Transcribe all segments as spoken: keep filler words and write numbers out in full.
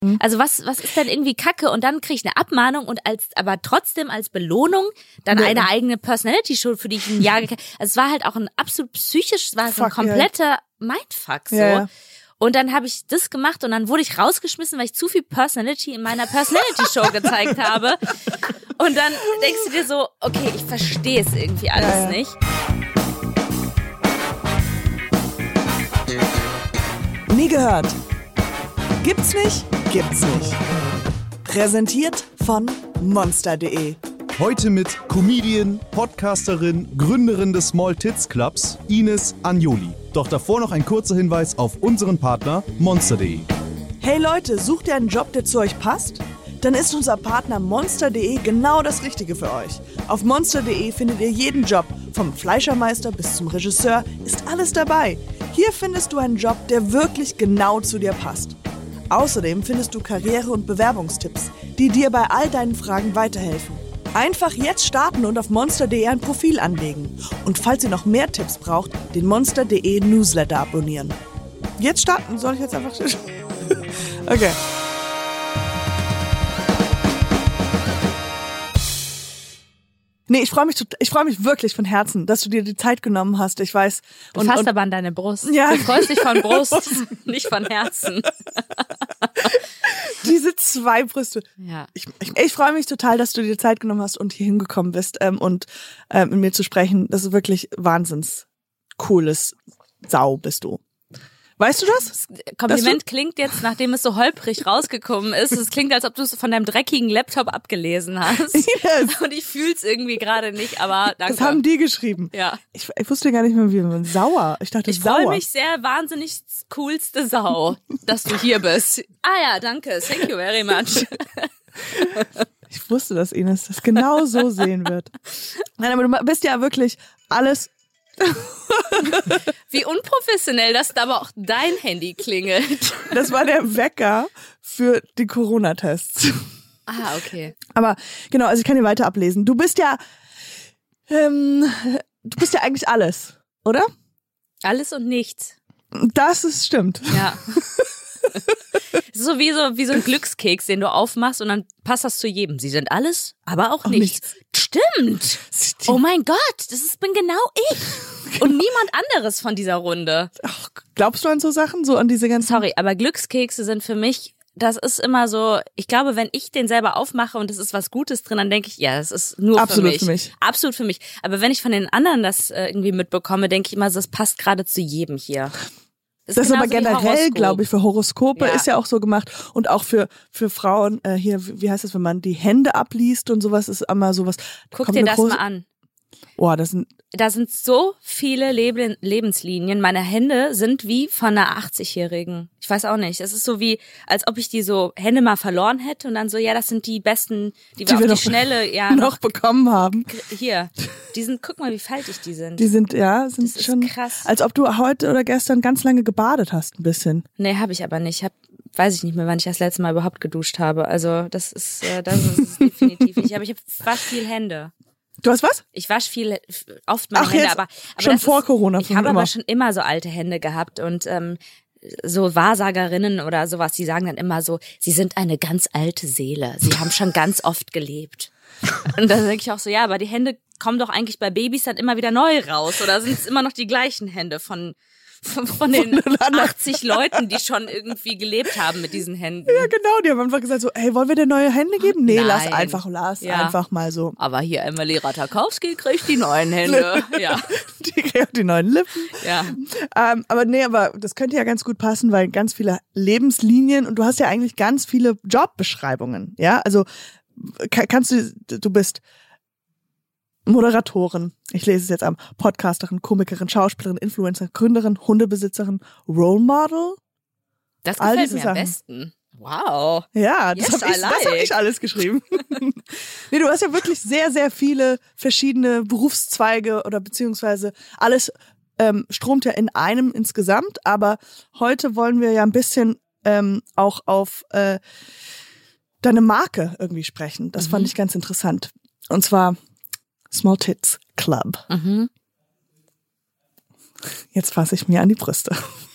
Also was was ist denn irgendwie Kacke? Und dann kriege ich eine Abmahnung und als aber trotzdem als Belohnung dann ja. eine eigene Personality-Show, für die ich ein Jahr gekriegt habe. Also es war halt auch ein absolut psychisch, es war so ein kompletter yeah. Mindfuck so. Yeah. Und dann habe ich das gemacht und dann wurde ich rausgeschmissen, weil ich zu viel Personality in meiner Personality-Show gezeigt habe. Und dann denkst du dir so, okay, ich verstehe es irgendwie alles ja, ja. nicht. Nie gehört. Gibt's nicht? Gibt's nicht. Präsentiert von monster punkt de. Heute mit Comedian, Podcasterin, Gründerin des Small Tits Clubs, Ines Agnoli. Doch davor noch ein kurzer Hinweis auf unseren Partner monster punkt de. Hey Leute, sucht ihr einen Job, der zu euch passt? Dann ist unser Partner monster punkt de genau das Richtige für euch. Auf monster punkt de findet ihr jeden Job. Vom Fleischermeister bis zum Regisseur ist alles dabei. Hier findest du einen Job, der wirklich genau zu dir passt. Außerdem findest du Karriere- und Bewerbungstipps, die dir bei all deinen Fragen weiterhelfen. Einfach jetzt starten und auf monster punkt de ein Profil anlegen. Und falls ihr noch mehr Tipps braucht, den monster punkt de Newsletter abonnieren. Jetzt starten? Soll ich jetzt einfach... Okay. Nee, ich freue mich, ich freue mich wirklich von Herzen, dass du dir die Zeit genommen hast. Ich weiß. Du und, fasst und, aber an deine Brust. Ja. Du freust dich von Brust, nicht von Herzen. Diese zwei Brüste. Ja. Ich, ich, ich freue mich total, dass du dir Zeit genommen hast und hier hingekommen bist ähm, und ähm, mit mir zu sprechen. Das ist wirklich wahnsinns cooles Sau bist du. Weißt du das? Kompliment klingt jetzt, nachdem es so holprig rausgekommen ist, es klingt, als ob du es von deinem dreckigen Laptop abgelesen hast. Yes. Und ich fühl's irgendwie gerade nicht, aber danke. Das haben die geschrieben. Ja. Ich, ich wusste gar nicht mehr, wie man sauer. Ich dachte, ich sauer. Ich freue mich sehr, wahnsinnig coolste Sau, dass du hier bist. Ah ja, danke. Thank you very much. Ich wusste, dass Ines das genau so sehen wird. Nein, aber du bist ja wirklich alles... Wie unprofessionell, dass da aber auch dein Handy klingelt. Das war der Wecker für die Corona-Tests. Ah, okay. Aber genau, also ich kann dir weiter ablesen. Du bist ja, ähm, du bist ja eigentlich alles, oder? Alles und nichts. Das ist stimmt. Ja. So wie so wie so ein Glückskeks, den du aufmachst und dann passt das zu jedem. Sie sind alles, aber auch, auch nichts. nichts. Stimmt. Oh mein Gott, das ist, bin genau ich. Genau. Und niemand anderes von dieser Runde. Ach, glaubst du an so Sachen? So an diese ganzen... Sorry, aber Glückskekse sind für mich, das ist immer so, ich glaube, wenn ich den selber aufmache und es ist was Gutes drin, dann denke ich, ja, das ist nur Absolut für mich. für mich. Absolut für mich. Aber wenn ich von den anderen das äh, irgendwie mitbekomme, denke ich immer, das passt gerade zu jedem hier. Das, das ist aber generell, glaube ich, für Horoskope ja. ist ja auch so gemacht und auch für für Frauen äh, hier, wie heißt das, wenn man die Hände abliest und sowas, ist immer sowas. Guck dir das große... mal an. Oh, das sind da sind so viele Leb- Lebenslinien. Meine Hände sind wie von einer achtzigjährigen. Ich weiß auch nicht. Es ist so wie, als ob ich die so Hände mal verloren hätte und dann so, ja, das sind die besten, die wir die auf wir die Schnelle ja noch, noch bekommen haben. Hier, die sind, guck mal, wie faltig die sind. Die sind, ja, sind das schon ist krass. Als ob du heute oder gestern ganz lange gebadet hast, ein bisschen. Nee, habe ich aber nicht. Ich hab, weiß ich nicht mehr, wann ich das letzte Mal überhaupt geduscht habe. Also das ist, äh, das ist es definitiv nicht. Aber ich habe fast viel Hände. Du hast was? Ich wasche viel, oft meine Ach, Hände, jetzt, aber, aber schon vor ist, Corona. Ich habe aber schon immer so alte Hände gehabt und ähm, so Wahrsagerinnen oder sowas, die sagen dann immer so, sie sind eine ganz alte Seele, sie haben schon ganz oft gelebt. Und dann denke ich auch so, ja, aber die Hände kommen doch eigentlich bei Babys dann immer wieder neu raus oder sind es immer noch die gleichen Hände von Von, von den achtzig Leuten, die schon irgendwie gelebt haben mit diesen Händen. Ja, genau. Die haben einfach gesagt so, hey, wollen wir dir neue Hände geben? Nee, Nein. lass einfach, lass ja. einfach mal so. Aber hier Emily Ratajkowski kriegt die neuen Hände. Ja. Die kriegt die neuen Lippen. Ja. Ähm, aber nee, aber das könnte ja ganz gut passen, weil ganz viele Lebenslinien und du hast ja eigentlich ganz viele Jobbeschreibungen. Ja, also kannst du, du bist Moderatorin, ich lese es jetzt am, Podcasterin, Komikerin, Schauspielerin, Influencer, Gründerin, Hundebesitzerin, Role Model. Das gefällt mir am besten. Wow. Ja, das yes, habe ich, like. hab ich alles geschrieben. Nee, du hast ja wirklich sehr, sehr viele verschiedene Berufszweige oder beziehungsweise alles ähm, stromt ja in einem insgesamt, aber heute wollen wir ja ein bisschen ähm, auch auf äh, deine Marke irgendwie sprechen. Das mhm. fand ich ganz interessant. Und zwar Small Tits Club. Mhm. Jetzt fasse ich mir an die Brüste.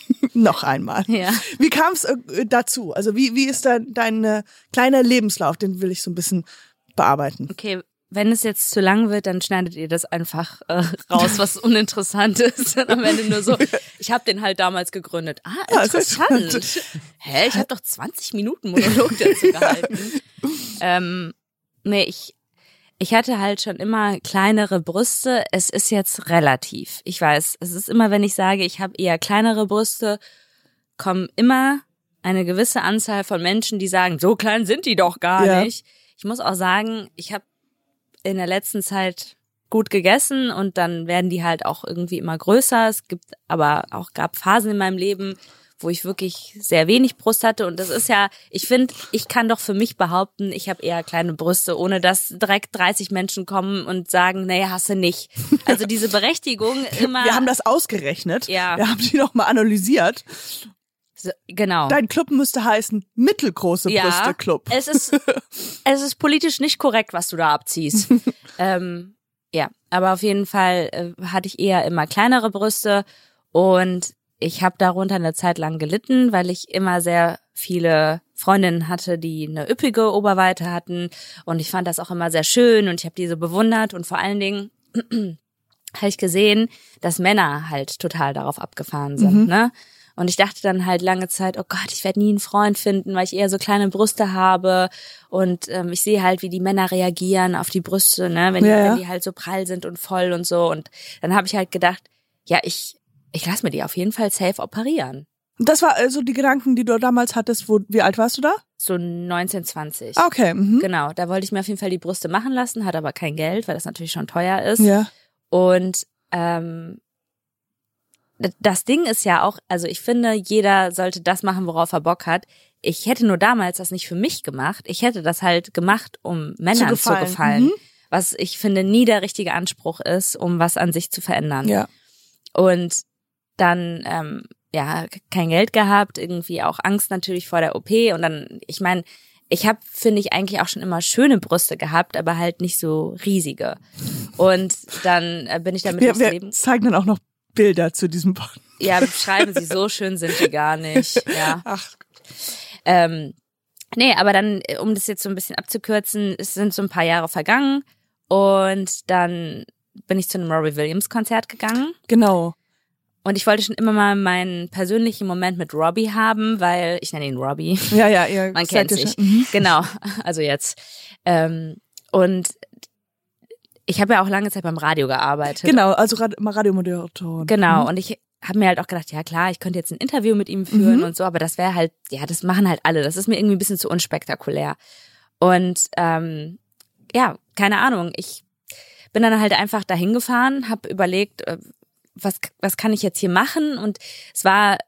Noch einmal. Ja. Wie kam es äh, dazu? Also wie wie ist da dein äh, kleiner Lebenslauf? Den will ich so ein bisschen bearbeiten. Okay, wenn es jetzt zu lang wird, dann schneidet ihr das einfach äh, raus, was uninteressant ist. Und am Ende nur so, ich habe den halt damals gegründet. Ah, interessant. Ja, Hä, ich habe doch zwanzig Minuten Monolog dazu gehalten. ähm, nee, ich ich hatte halt schon immer kleinere Brüste. Es ist jetzt relativ. Ich weiß, es ist immer, wenn ich sage, ich habe eher kleinere Brüste, kommen immer eine gewisse Anzahl von Menschen, die sagen, so klein sind die doch gar ja. nicht. Ich muss auch sagen, ich habe in der letzten Zeit gut gegessen und dann werden die halt auch irgendwie immer größer. Es gibt aber auch gab Phasen in meinem Leben, wo ich wirklich sehr wenig Brust hatte und das ist ja, ich finde, ich kann doch für mich behaupten, ich habe eher kleine Brüste, ohne dass direkt dreißig Menschen kommen und sagen, nee, hast du nicht. Also diese Berechtigung immer. Wir haben das ausgerechnet. Ja. Wir haben die nochmal analysiert. So, genau. Dein Club müsste heißen Mittelgroße ja, Brüste Club. Es ist, es ist politisch nicht korrekt, was du da abziehst. ähm, ja, aber auf jeden Fall äh, hatte ich eher immer kleinere Brüste und ich habe darunter eine Zeit lang gelitten, weil ich immer sehr viele Freundinnen hatte, die eine üppige Oberweite hatten und ich fand das auch immer sehr schön und ich habe diese bewundert und vor allen Dingen habe ich gesehen, dass Männer halt total darauf abgefahren sind, mhm. ne? Und ich dachte dann halt lange Zeit, oh Gott, ich werde nie einen Freund finden, weil ich eher so kleine Brüste habe. Und ähm, ich sehe halt, wie die Männer reagieren auf die Brüste, ne, wenn, ja, die, ja. wenn die halt so prall sind und voll und so. Und dann habe ich halt gedacht, ja, ich ich lasse mir die auf jeden Fall safe operieren. Das war also die Gedanken, die du damals hattest. Wo, wie alt warst du da? So neunzehn, zwanzig. Okay. Mhm. Genau, da wollte ich mir auf jeden Fall die Brüste machen lassen, hatte aber kein Geld, weil das natürlich schon teuer ist. Ja. Und ähm, das Ding ist ja auch, also ich finde, jeder sollte das machen, worauf er Bock hat. Ich hätte nur damals das nicht für mich gemacht. Ich hätte das halt gemacht, um Männern zu gefallen, zu gefallen mhm. was ich finde nie der richtige Anspruch ist, um was an sich zu verändern. Ja. Und dann, ähm, ja, kein Geld gehabt, irgendwie auch Angst natürlich vor der O P. Und dann, ich meine, ich habe, finde ich, eigentlich auch schon immer schöne Brüste gehabt, aber halt nicht so riesige. Und dann äh, bin ich damit wir, durchs wir Leben. Zeigen dann auch noch Bilder zu diesem Podcast. Ja, schreiben Sie, so schön sind die gar nicht. Ja. Ach. Ähm, nee, aber dann, um das jetzt so ein bisschen abzukürzen, es sind so ein paar Jahre vergangen und dann bin ich zu einem Robbie Williams Konzert gegangen. Genau. Und ich wollte schon immer mal meinen persönlichen Moment mit Robbie haben, weil ich nenne ihn Robbie. Ja, ja, ja. Man kennt sich. Mhm. Genau, also jetzt. Ähm, und ich habe ja auch lange Zeit beim Radio gearbeitet. Genau, also Radiomoderatorin. Genau, mhm. und ich habe mir halt auch gedacht, ja klar, ich könnte jetzt ein Interview mit ihm führen mhm. und so, aber das wäre halt, ja, das machen halt alle. Das ist mir irgendwie ein bisschen zu unspektakulär. Und ähm, ja, keine Ahnung, ich bin dann halt einfach dahin gefahren, habe überlegt, was was kann ich jetzt hier machen? Und es war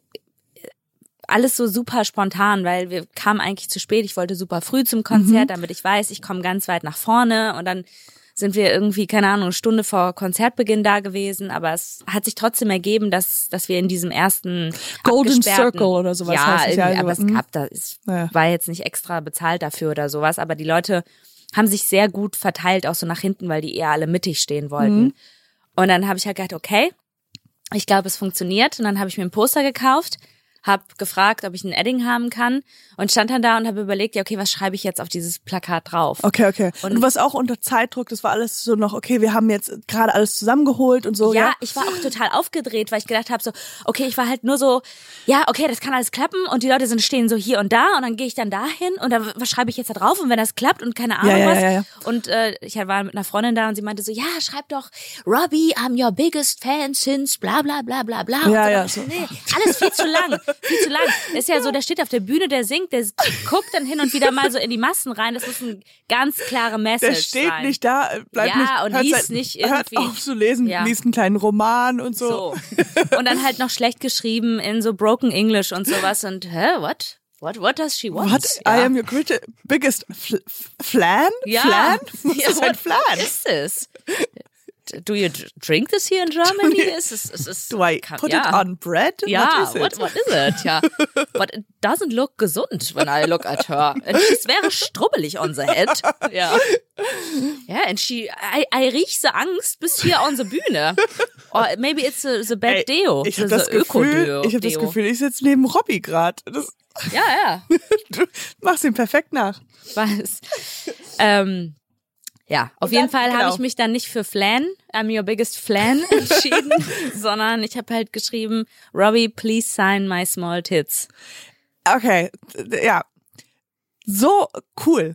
alles so super spontan, weil wir kamen eigentlich zu spät. Ich wollte super früh zum Konzert, mhm. damit ich weiß, ich komme ganz weit nach vorne und dann sind wir irgendwie, keine Ahnung, eine Stunde vor Konzertbeginn da gewesen, aber es hat sich trotzdem ergeben, dass dass wir in diesem ersten Golden Circle oder sowas ja, heißt es ja, aber also, es gab da, es ja. war jetzt nicht extra bezahlt dafür oder sowas, aber die Leute haben sich sehr gut verteilt, auch so nach hinten, weil die eher alle mittig stehen wollten. Mhm. Und dann habe ich halt gedacht, okay, ich glaube, es funktioniert. Und dann habe ich mir ein Poster gekauft, habe gefragt, ob ich ein Edding haben kann und stand dann da und habe überlegt, ja okay, was schreibe ich jetzt auf dieses Plakat drauf? Okay, okay. Und, und du warst auch unter Zeitdruck, das war alles so noch, okay, wir haben jetzt gerade alles zusammengeholt und so. Ja, ja, ich war auch total aufgedreht, weil ich gedacht habe so, okay, ich war halt nur so, ja, okay, das kann alles klappen und die Leute sind stehen so hier und da und dann gehe ich dann dahin und dann was schreibe ich jetzt da drauf und wenn das klappt und keine Ahnung ja, ja, was. Ja, ja. Und äh, ich war mit einer Freundin da und sie meinte so, ja, schreib doch, Robbie, I'm your biggest fan since bla bla bla bla bla. Ja, und ja, so. so. Nee, alles viel zu lang, viel zu lang. Ist ja so, der steht auf der Bühne, der singt, der guckt dann hin und wieder mal so in die Massen rein. Das ist eine ganz klare Message. Der steht rein. nicht da, bleibt ja, nicht, und hört liest sein, nicht irgendwie. Hört auf zu lesen, ja. liest einen kleinen Roman und so. so. Und dann halt noch schlecht geschrieben in so broken English und sowas und hä, what? What, what does she want? What? Ja. I am your greatest, biggest fl- flan? Ja. Flan? Was ja, ist ein Flan? What is this? Do you drink this here in Germany? Is this, is this, Do I kann, put ja. it on bread? Ja, what is it? What, what is it? Ja. But it doesn't look gesund when I look at her. And she's very strubbelig on the head. Ja. Ja, and she, I, I riech the Angst bis hier on the Bühne. Or maybe it's a, it's a bad Ey, deo. Ich habe so das, Gefühl, ich hab das Gefühl, ich sitze neben Robbie gerade. Ja, ja. Du machst ihn perfekt nach. Was? ähm, ja, auf Und jeden dann, Fall genau. habe ich mich dann nicht für Flan, I'm your biggest Flan entschieden, sondern ich habe halt geschrieben, Robbie, please sign my small tits. Okay, ja. So cool.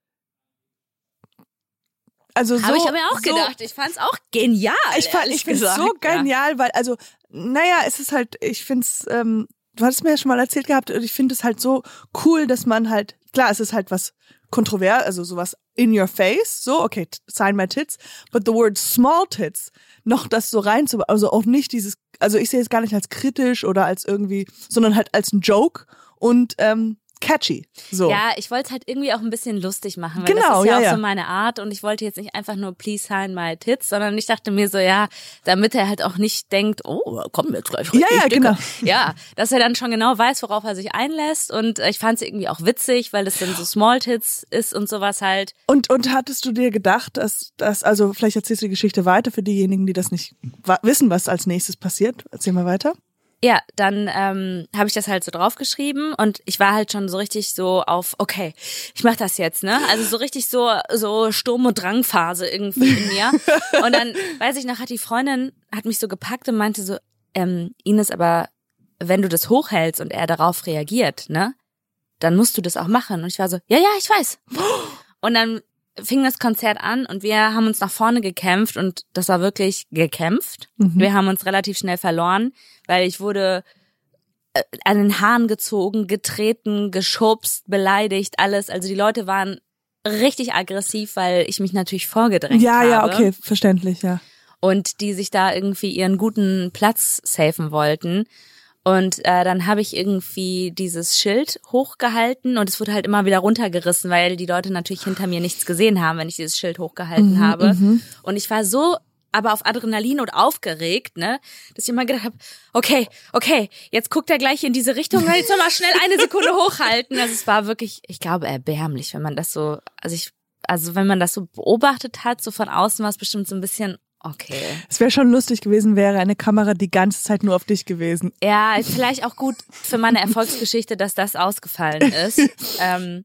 Also so, Habe ich aber auch so, gedacht. Ich fand's auch genial. Ich fand, ich finde es so genial, ja. weil, also, naja, es ist halt, ich finde es, ähm, du hattest mir ja schon mal erzählt gehabt, und ich finde es halt so cool, dass man halt, klar, es ist halt was kontrovers, also sowas in your face, so, okay, sign my tits, but the word small tits, noch das so rein zu, also auch nicht dieses, also ich sehe es gar nicht als kritisch oder als irgendwie, sondern halt als ein Joke und, ähm, catchy. So. Ja, ich wollte es halt irgendwie auch ein bisschen lustig machen, weil Genau, das ist ja, ja, auch ja. so meine Art und ich wollte jetzt nicht einfach nur please sign my tits, sondern ich dachte mir so, ja, damit er halt auch nicht denkt, oh, komm jetzt gleich richtig Ja, ja, dicke. genau. Ja, dass er dann schon genau weiß, worauf er sich einlässt und ich fand es irgendwie auch witzig, weil das dann so Small Tits ist und sowas halt. Und, und hattest du dir gedacht, dass, dass, also vielleicht erzählst du die Geschichte weiter für diejenigen, die das nicht wa- wissen, was als nächstes passiert. Erzähl mal weiter. Ja, dann ähm, habe ich das halt so draufgeschrieben und ich war halt schon so richtig so auf, okay, ich mach das jetzt, ne? Also so richtig so so Sturm- und Drangphase irgendwie in mir. Und dann, weiß ich noch, hat die Freundin, hat mich so gepackt und meinte so, ähm, Ines, aber wenn du das hochhältst und er darauf reagiert, ne? Dann musst du das auch machen. Und ich war so, ja, ja, ich weiß. Und dann fing das Konzert an und wir haben uns nach vorne gekämpft und das war wirklich gekämpft. Mhm. Wir haben uns relativ schnell verloren, weil ich wurde äh, an den Haaren gezogen, getreten, geschubst, beleidigt, alles. Also die Leute waren richtig aggressiv, weil ich mich natürlich vorgedrängt ja, habe. Ja, ja, okay, verständlich, ja. Und die sich da irgendwie ihren guten Platz safen wollten. Und äh, dann habe ich irgendwie dieses Schild hochgehalten und es wurde halt immer wieder runtergerissen, weil die Leute natürlich hinter mir nichts gesehen haben, wenn ich dieses Schild hochgehalten mhm, habe. Mhm. Und ich war so aber auf Adrenalin und aufgeregt, ne, dass ich immer gedacht habe, okay, okay, jetzt guckt er gleich in diese Richtung, jetzt noch mal schnell eine Sekunde hochhalten. Also es war wirklich, ich glaube, erbärmlich, wenn man das so, also ich, also wenn man das so beobachtet hat, so von außen war es bestimmt so ein bisschen okay. Es wäre schon lustig gewesen, wäre eine Kamera die ganze Zeit nur auf dich gewesen. Ja, vielleicht auch gut für meine Erfolgsgeschichte, dass das ausgefallen ist. ähm,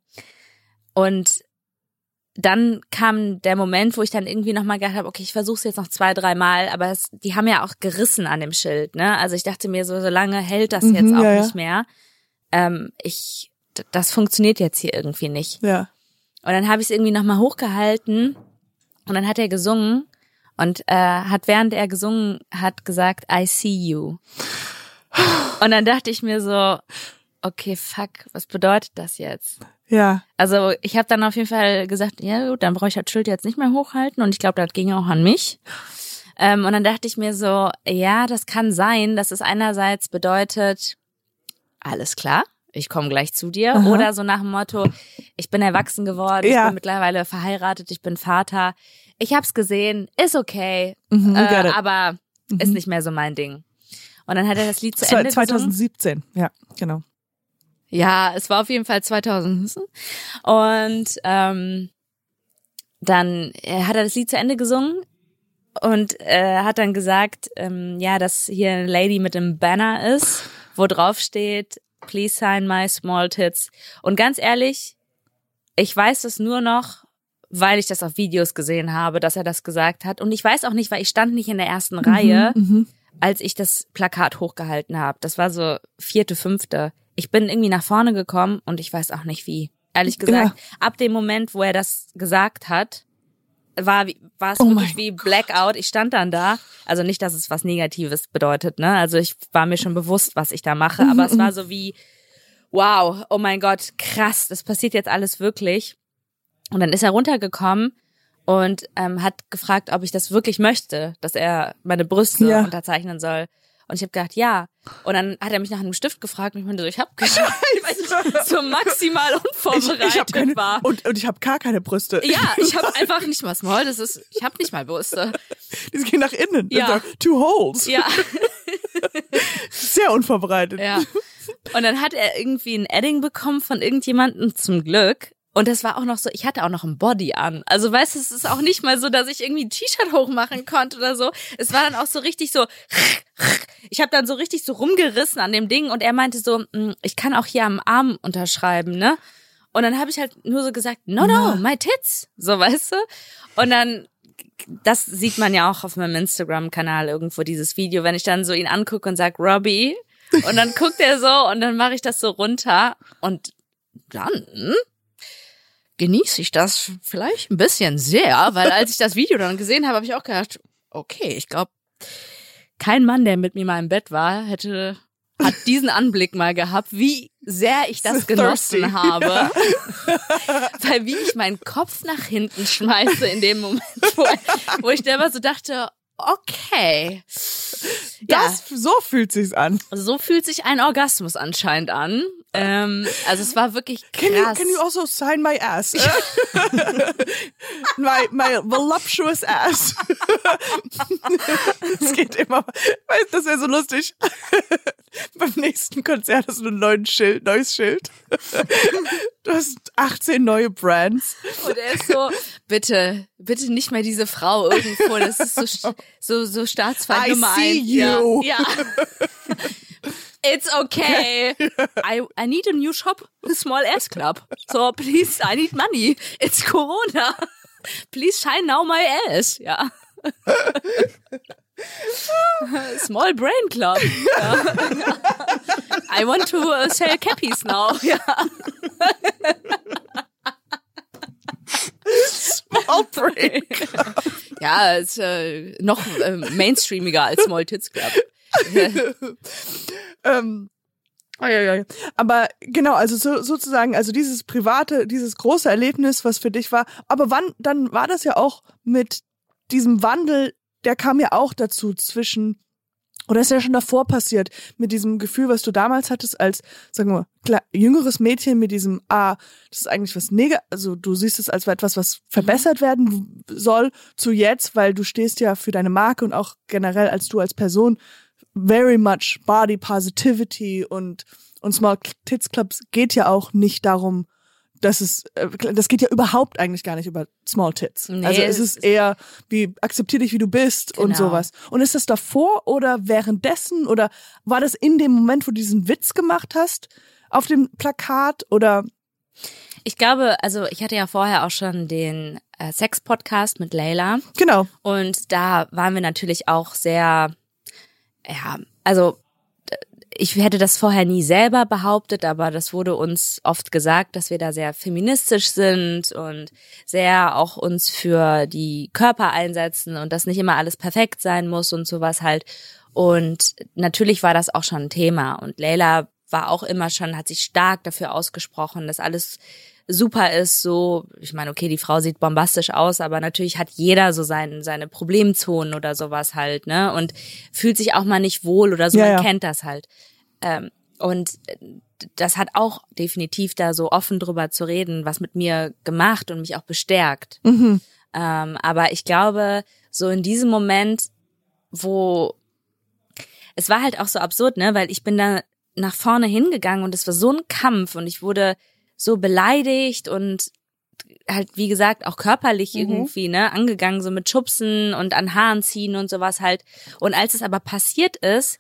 und dann kam der Moment, wo ich dann irgendwie nochmal gedacht habe, okay, ich versuche es jetzt noch zwei, drei Mal, aber es, die haben ja auch gerissen an dem Schild, ne? Also ich dachte mir so, so lange hält das jetzt mhm, auch ja, nicht mehr. Ähm, ich, das funktioniert jetzt hier irgendwie nicht. Ja. Und dann habe ich es irgendwie nochmal hochgehalten und dann hat er gesungen. Und äh, hat, während er gesungen hat, gesagt, I see you. Und dann dachte ich mir so, okay, fuck, was bedeutet das jetzt? Ja. Also ich habe dann auf jeden Fall gesagt, ja gut, dann brauche ich das Schild jetzt nicht mehr hochhalten. Und ich glaube, das ging auch an mich. Ähm, und dann dachte ich mir so, ja, das kann sein, dass es einerseits bedeutet, alles klar, ich komme gleich zu dir. Aha. Oder so nach dem Motto, ich bin erwachsen geworden, ja. Ich bin mittlerweile verheiratet, ich bin Vater. Ich hab's gesehen, ist okay, mhm, äh, aber mhm. ist nicht mehr so mein Ding. Und dann hat er das Lied zu Ende gesungen. zwanzig siebzehn, ja, genau. Ja, es war auf jeden Fall zweitausend. Und ähm, dann hat er das Lied zu Ende gesungen und äh, hat dann gesagt, ähm, ja, dass hier eine Lady mit einem Banner ist, wo drauf steht, please sign my small tits. Und ganz ehrlich, ich weiß es nur noch, weil ich das auf Videos gesehen habe, dass er das gesagt hat. Und ich weiß auch nicht, weil ich stand nicht in der ersten mhm, Reihe, mhm. als ich das Plakat hochgehalten habe. Das war so vierte, fünfte. Ich bin irgendwie nach vorne gekommen und ich weiß auch nicht wie. Ehrlich gesagt, ja. Ab dem Moment, wo er das gesagt hat, war, war es oh wirklich wie Blackout. Ich stand dann da. Also nicht, dass es was Negatives bedeutet, ne? Also ich war mir schon bewusst, was ich da mache. Aber es war so wie, wow, oh mein Gott, krass, das passiert jetzt alles wirklich. Und dann ist er runtergekommen und ähm, hat gefragt, ob ich das wirklich möchte, dass er meine Brüste ja. unterzeichnen soll. Und ich habe gedacht, ja. Und dann hat er mich nach einem Stift gefragt und ich meinte so, ich habe geschrieben, weil ich so maximal unvorbereitet ich, ich hab keine, war. Und, und ich habe gar keine Brüste. Ja, ich habe einfach nicht mal Small, das ist, ich habe nicht mal Brüste. Die gehen nach innen. Ja. Two holes. Ja. Sehr unvorbereitet. Ja. Und dann hat er irgendwie ein Adding bekommen von irgendjemandem, zum Glück. Und das war auch noch so, ich hatte auch noch ein Body an. Also weißt du, es ist auch nicht mal so, dass ich irgendwie ein T-Shirt hochmachen konnte oder so. Es war dann auch so richtig so, ich habe dann so richtig so rumgerissen an dem Ding und er meinte so, ich kann auch hier am Arm unterschreiben, ne? Und dann habe ich halt nur so gesagt, no, no, my tits. So, weißt du? Und dann, das sieht man ja auch auf meinem Instagram-Kanal irgendwo, dieses Video, wenn ich dann so ihn angucke und sag, Robbie. Und dann guckt er so und dann mache ich das so runter und dann genieße ich das vielleicht ein bisschen sehr, weil als ich das Video dann gesehen habe, habe ich auch gedacht, okay, ich glaube, kein Mann, der mit mir mal im Bett war, hätte hat diesen Anblick mal gehabt, wie sehr ich das genossen thirsty. habe. Weil wie ich meinen Kopf nach hinten schmeiße in dem Moment, wo, wo ich selber so dachte, okay. Das, ja. So fühlt sich's an. So fühlt sich ein Orgasmus anscheinend an. Ähm, also es war wirklich krass. Can you, can you also sign my ass? my, my voluptuous ass. Es geht immer, weißt, das wäre so lustig. Beim nächsten Konzert hast du ein neues Schild, neues Schild. Du hast achtzehn neue Brands. Und er ist so, bitte, bitte nicht mehr diese Frau irgendwo. Das ist so, so, so Staatsfeind I Nummer see eins. You. Ja. ja. It's okay. I I need a new shop, a small ass club. So please, I need money. It's Corona. Please shine now my ass. Ja. Small brain club. Ja. I want to uh, sell cappies now. Ja. Small brain club. Ja, ist äh, noch äh, mainstreamiger als Small Tits Club. ähm, oh ja, ja, ja. Aber genau, also so, sozusagen, also dieses private, dieses große Erlebnis, was für dich war, aber wann, dann war das ja auch mit diesem Wandel, der kam ja auch dazu zwischen, oder ist ja schon davor passiert, mit diesem Gefühl, was du damals hattest als, sagen wir mal, klar, jüngeres Mädchen mit diesem, ah, das ist eigentlich was Negatives, also du siehst es als etwas, was verbessert werden soll, zu jetzt, weil du stehst ja für deine Marke und auch generell als du als Person very much body positivity und, und Small Tits Clubs geht ja auch nicht darum, dass es, das geht ja überhaupt eigentlich gar nicht über Small Tits. Nee, also es ist eher wie, akzeptier dich, wie du bist genau. und sowas. Und ist das davor oder währenddessen oder war das in dem Moment, wo du diesen Witz gemacht hast auf dem Plakat oder? Ich glaube, also ich hatte ja vorher auch schon den äh, Sex-Podcast mit Layla. Genau. Und da waren wir natürlich auch sehr, ja, also ich hätte das vorher nie selber behauptet, aber das wurde uns oft gesagt, dass wir da sehr feministisch sind und sehr auch uns für die Körper einsetzen und dass nicht immer alles perfekt sein muss und sowas halt. Und natürlich war das auch schon ein Thema und Layla war auch immer schon, hat sich stark dafür ausgesprochen, dass alles super ist, so, ich meine, okay, die Frau sieht bombastisch aus, aber natürlich hat jeder so seine, seine Problemzonen oder sowas halt, ne, und fühlt sich auch mal nicht wohl oder so, ja, man ja. kennt das halt. Ähm, und das hat auch definitiv da so offen drüber zu reden, was mit mir gemacht und mich auch bestärkt. Mhm. Ähm, aber ich glaube, so in diesem Moment, wo, es war halt auch so absurd, ne, weil ich bin da nach vorne hingegangen und es war so ein Kampf und ich wurde so beleidigt und halt, wie gesagt, auch körperlich mhm. irgendwie, ne, angegangen, so mit Schubsen und an Haaren ziehen und sowas halt. Und als es aber passiert ist,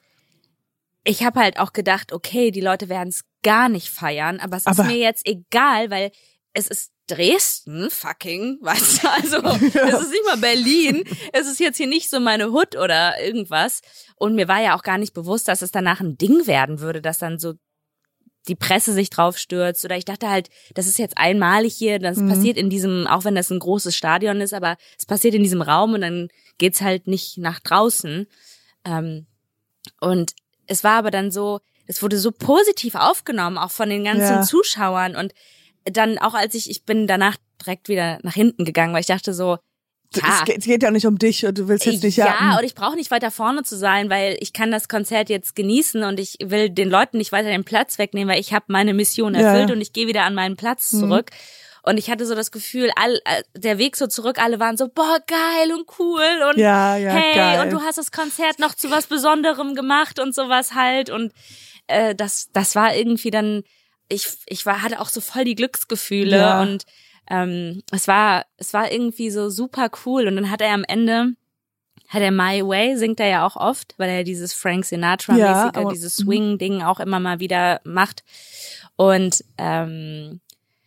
ich habe halt auch gedacht, okay, die Leute werden es gar nicht feiern, aber es aber ist mir jetzt egal, weil es ist Dresden, fucking, weißt du, also ja. es ist nicht mal Berlin, es ist jetzt hier nicht so meine Hut oder irgendwas. Und mir war ja auch gar nicht bewusst, dass es danach ein Ding werden würde, dass dann so die Presse sich drauf stürzt oder ich dachte halt, das ist jetzt einmalig hier, das mhm. passiert in diesem, auch wenn das ein großes Stadion ist, aber es passiert in diesem Raum und dann geht's halt nicht nach draußen. Ähm, und es war aber dann so, es wurde so positiv aufgenommen, auch von den ganzen ja. Zuschauern und dann auch als ich, ich bin danach direkt wieder nach hinten gegangen, weil ich dachte so, ja. Es geht, es geht ja nicht um dich und du willst jetzt nicht ja. Ja, und ich brauche nicht weiter vorne zu sein, weil ich kann das Konzert jetzt genießen und ich will den Leuten nicht weiter den Platz wegnehmen, weil ich habe meine Mission erfüllt ja. und ich gehe wieder an meinen Platz zurück. Mhm. Und ich hatte so das Gefühl, all, der Weg so zurück, alle waren so, boah, geil und cool und ja, ja, hey, geil. und du hast das Konzert noch zu was Besonderem gemacht und sowas halt. Und äh, das, das war irgendwie dann ich ich war hatte auch so voll die Glücksgefühle ja. und ähm, es war es war irgendwie so super cool und dann hat er am Ende hat er My Way, singt er ja auch oft, weil er dieses Frank Sinatra-mäßige, ja, dieses Swing-Ding auch immer mal wieder macht. Und ähm,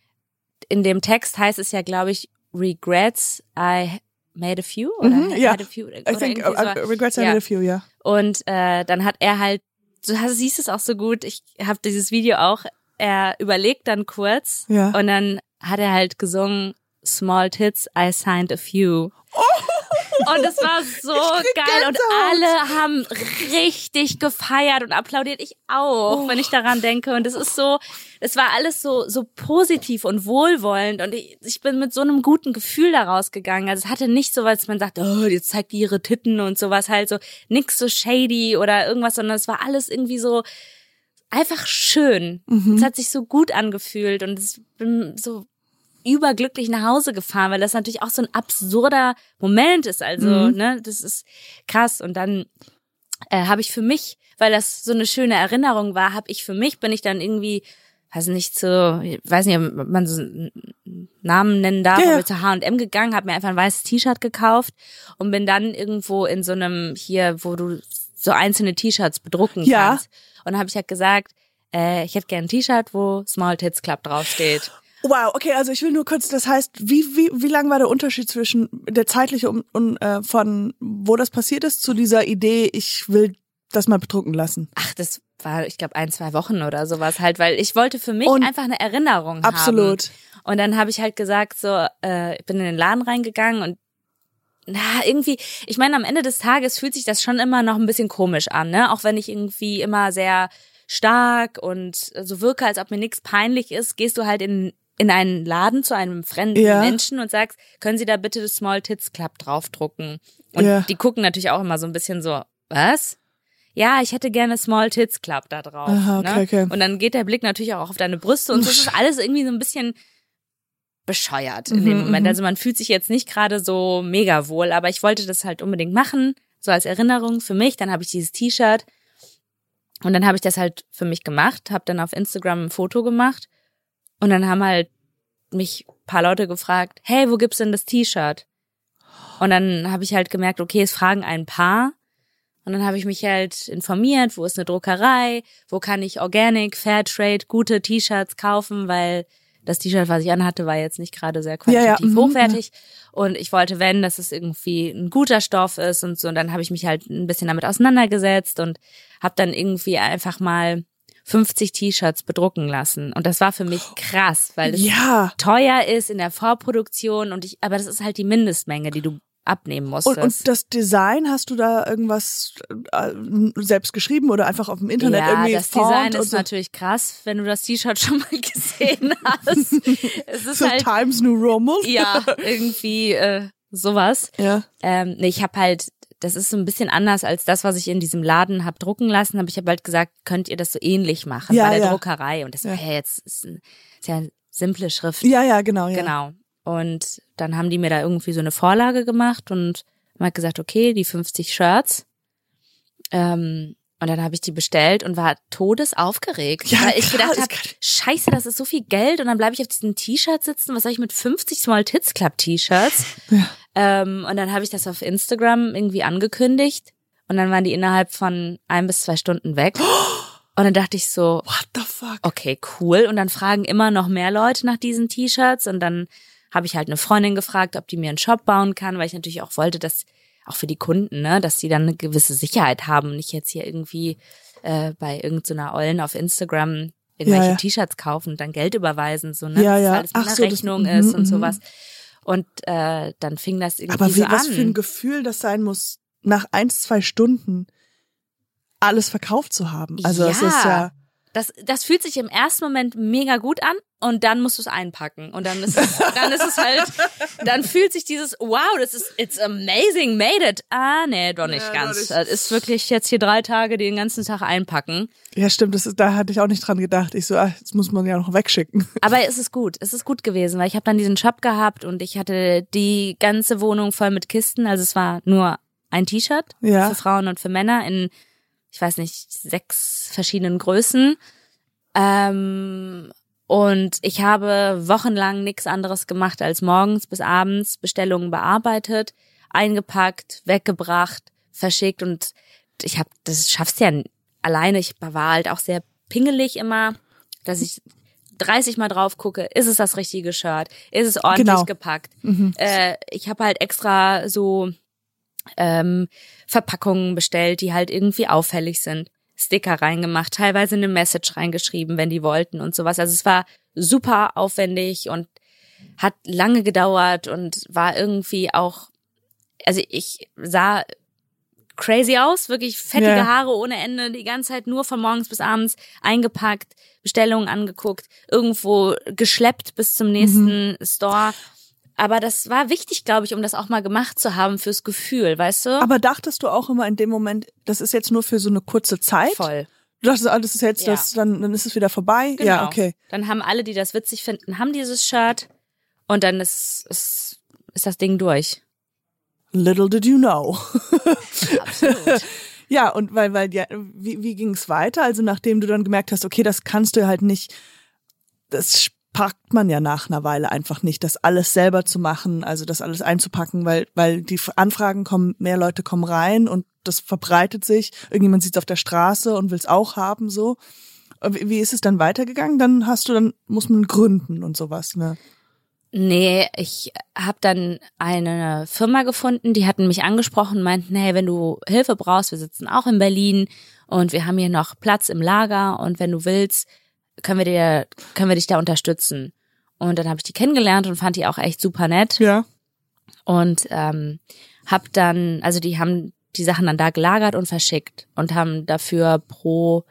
in dem Text heißt es ja, glaube ich, Regrets I made a few oder mhm, ja. had a few. Oder I think uh, so. Regrets I ja. made a few, ja. Und äh, dann hat er halt, du hast, siehst es auch so gut, ich habe dieses Video auch, er überlegt dann kurz ja. und dann hat er halt gesungen, Small Tits, I signed a few. Oh. Und es war so geil und alle haben richtig gefeiert und applaudiert, ich auch, oh. wenn ich daran denke. Und es ist so, es war alles so so positiv und wohlwollend und ich, ich bin mit so einem guten Gefühl da rausgegangen. Also es hatte nicht so, als man sagt, oh, jetzt zeigt die ihre Titten und sowas, halt so nix so shady oder irgendwas, sondern es war alles irgendwie so einfach schön. Mhm. Es hat sich so gut angefühlt und es bin so überglücklich nach Hause gefahren, weil das natürlich auch so ein absurder Moment ist. Also, mhm. ne, das ist krass. Und dann äh, habe ich für mich, weil das so eine schöne Erinnerung war, habe ich für mich, bin ich dann irgendwie, weiß nicht, zu, ich weiß nicht, ob man so einen Namen nennen darf, ja, ja. aber zu H und M gegangen, habe mir einfach ein weißes T-Shirt gekauft und bin dann irgendwo in so einem, hier, wo du so einzelne T-Shirts bedrucken ja. kannst. Und dann habe ich halt gesagt, äh, ich hätte gerne ein T-Shirt, wo Small Tits Club draufsteht. Wow, okay, also ich will nur kurz, das heißt, wie wie wie lang war der Unterschied zwischen der zeitliche und, und äh, von wo das passiert ist zu dieser Idee, ich will das mal bedrucken lassen? Ach, das war, ich glaube, ein, zwei Wochen oder sowas halt, weil ich wollte für mich und einfach eine Erinnerung absolut. haben. Und dann habe ich halt gesagt, so, äh, ich bin in den Laden reingegangen und na, irgendwie, ich meine, am Ende des Tages fühlt sich das schon immer noch ein bisschen komisch an, ne? Auch wenn ich irgendwie immer sehr stark und so wirke, als ob mir nichts peinlich ist, gehst du halt in in einen Laden zu einem fremden ja. Menschen und sagst, können Sie da bitte das Small Tits Club draufdrucken? Und ja. die gucken natürlich auch immer so ein bisschen so, was? Ja, ich hätte gerne Small Tits Club da drauf. Aha, okay, ne? okay. Und dann geht der Blick natürlich auch auf deine Brüste und das ist alles irgendwie so ein bisschen bescheuert in mhm, dem Moment. Mhm. Also man fühlt sich jetzt nicht gerade so mega wohl, aber ich wollte das halt unbedingt machen, so als Erinnerung für mich. Dann habe ich dieses T-Shirt und dann habe ich das halt für mich gemacht, habe dann auf Instagram ein Foto gemacht. Und dann haben halt mich ein paar Leute gefragt, hey, wo gibt's denn das T-Shirt? Und dann habe ich halt gemerkt, okay, es fragen ein paar. Und dann habe ich mich halt informiert, wo ist eine Druckerei, wo kann ich Organic, Fairtrade, gute T-Shirts kaufen, weil das T-Shirt, was ich anhatte, war jetzt nicht gerade sehr qualitativ ja, ja. hochwertig. Ja. Und ich wollte, wenn, dass es irgendwie ein guter Stoff ist und so. Und dann habe ich mich halt ein bisschen damit auseinandergesetzt und habe dann irgendwie einfach mal fünfzig T-Shirts bedrucken lassen. Und das war für mich krass, weil es ja. teuer ist in der Vorproduktion und ich, aber das ist halt die Mindestmenge, die du abnehmen musstest. Und, und das Design, hast du da irgendwas äh, selbst geschrieben oder einfach auf dem Internet ja, irgendwie das Design ist so? natürlich krass, wenn du das T-Shirt schon mal gesehen hast. Es ist so halt, Times New Roman? Ja, irgendwie äh, sowas. Ja. Ähm, nee, ich habe halt, das ist so ein bisschen anders als das, was ich in diesem Laden hab drucken lassen. Aber ich habe halt gesagt, könnt ihr das so ähnlich machen ja, bei der ja. Druckerei. Und das war ja jetzt ist, ein, ist ja eine simple Schrift. Ja, ja, genau. Ja. Genau. Und dann haben die mir da irgendwie so eine Vorlage gemacht und haben halt gesagt, okay, die fünfzig Shirts. Ähm, und dann habe ich die bestellt und war todesaufgeregt. Ja, weil ich klar, gedacht habe, scheiße, das ist so viel Geld und dann bleibe ich auf diesem T-Shirt sitzen. Was soll ich mit fünfzig Small Tits Club T-Shirts? Ja. Ähm, und dann habe ich das auf Instagram irgendwie angekündigt und dann waren die innerhalb von ein bis zwei Stunden weg. Und dann dachte ich so, what the fuck? Okay, cool. Und dann fragen immer noch mehr Leute nach diesen T-Shirts und dann habe ich halt eine Freundin gefragt, ob die mir einen Shop bauen kann, weil ich natürlich auch wollte, dass auch für die Kunden, ne, dass die dann eine gewisse Sicherheit haben und nicht jetzt hier irgendwie äh, bei irgendeiner Ollen auf Instagram irgendwelche ja, ja. T-Shirts kaufen und dann Geld überweisen, so, ne, ja, dass ja. das alles mit Ach einer so, Rechnung das, ist mm, und mm. sowas. Und äh, dann fing das irgendwie Aber wie, so an. was für ein Gefühl das sein muss, nach eins, zwei Stunden alles verkauft zu haben. Also ja. es ist ja Das, das fühlt sich im ersten Moment mega gut an und dann musst du es einpacken und dann ist es, dann ist es halt, dann fühlt sich dieses, wow, das ist, it's amazing, made it. Ah, nee, doch nicht ja, ganz. nicht. Das ist wirklich jetzt hier drei Tage den ganzen Tag einpacken. Ja, stimmt, das ist, da hatte ich auch nicht dran gedacht. Ich so, ach, das muss man ja noch wegschicken. Aber es ist gut, es ist gut gewesen, weil ich habe dann diesen Shop gehabt und ich hatte die ganze Wohnung voll mit Kisten, also es war nur ein T-Shirt ja. für Frauen und für Männer in, ich weiß nicht, sechs verschiedenen Größen. Ähm, und ich habe wochenlang nichts anderes gemacht als morgens bis abends Bestellungen bearbeitet, eingepackt, weggebracht, verschickt und ich habe, das schaffst ja alleine. Ich war halt auch sehr pingelig immer, dass ich dreißig Mal drauf gucke, ist es das richtige Shirt, ist es ordentlich genau. gepackt. Mhm. Äh, ich habe halt extra so ähm, Verpackungen bestellt, die halt irgendwie auffällig sind. Sticker reingemacht, teilweise eine Message reingeschrieben, wenn die wollten und sowas. Also es war super aufwendig und hat lange gedauert und war irgendwie auch, also ich sah crazy aus, wirklich fettige yeah. Haare ohne Ende, die ganze Zeit nur von morgens bis abends eingepackt, Bestellungen angeguckt, irgendwo geschleppt bis zum nächsten mhm. Store. Aber das war wichtig, glaube ich, um das auch mal gemacht zu haben fürs Gefühl, weißt du? Aber dachtest du auch immer in dem Moment, das ist jetzt nur für so eine kurze Zeit? Voll. Du dachtest, ah, das ist jetzt, ja. das, dann, dann ist es wieder vorbei? Genau. Ja, okay. Dann haben alle, die das witzig finden, haben dieses Shirt und dann ist, ist, ist das Ding durch. Little did you know. Absolut. Ja, und weil, weil, ja, wie, wie ging es weiter? Also nachdem du dann gemerkt hast, okay, das kannst du halt nicht, das packt man ja nach einer Weile einfach nicht, das alles selber zu machen, also das alles einzupacken, weil weil die Anfragen kommen, mehr Leute kommen rein und das verbreitet sich. Irgendjemand sieht es auf der Straße und will es auch haben, so. Wie ist es dann weitergegangen? Dann hast du, dann muss man gründen und sowas, ne? Nee, ich habe dann eine Firma gefunden, die hatten mich angesprochen, meinten, hey, wenn du Hilfe brauchst, wir sitzen auch in Berlin und wir haben hier noch Platz im Lager und wenn du willst, können wir dir, können wir dich da unterstützen. Und dann habe ich die kennengelernt und fand die auch echt super nett. Ja. Und ähm, hab dann, also die haben die Sachen dann da gelagert und verschickt und haben dafür pro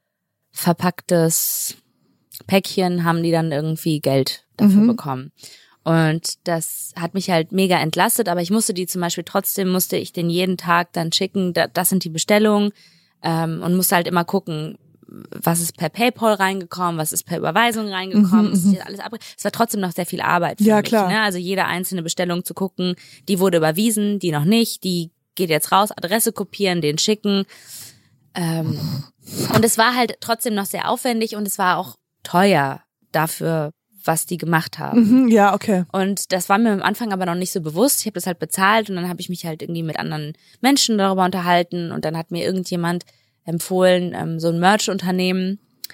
verpacktes Päckchen haben die dann irgendwie Geld dafür mhm. bekommen. Und das hat mich halt mega entlastet, aber ich musste die zum Beispiel trotzdem, musste ich den jeden Tag dann schicken, das sind die Bestellungen ähm, und musste halt immer gucken, was ist per PayPal reingekommen, was ist per Überweisung reingekommen, mhm, ist alles ab. Es war trotzdem noch sehr viel Arbeit für ja, mich. Klar. Ne? Also jede einzelne Bestellung zu gucken, die wurde überwiesen, die noch nicht, die geht jetzt raus, Adresse kopieren, den schicken. Ähm, und es war halt trotzdem noch sehr aufwendig und es war auch teuer dafür, was die gemacht haben. Mhm, ja, okay. Und das war mir am Anfang aber noch nicht so bewusst. Ich habe das halt bezahlt und dann habe ich mich halt irgendwie mit anderen Menschen darüber unterhalten und dann hat mir irgendjemand empfohlen, ähm, so ein Merch-Unternehmen,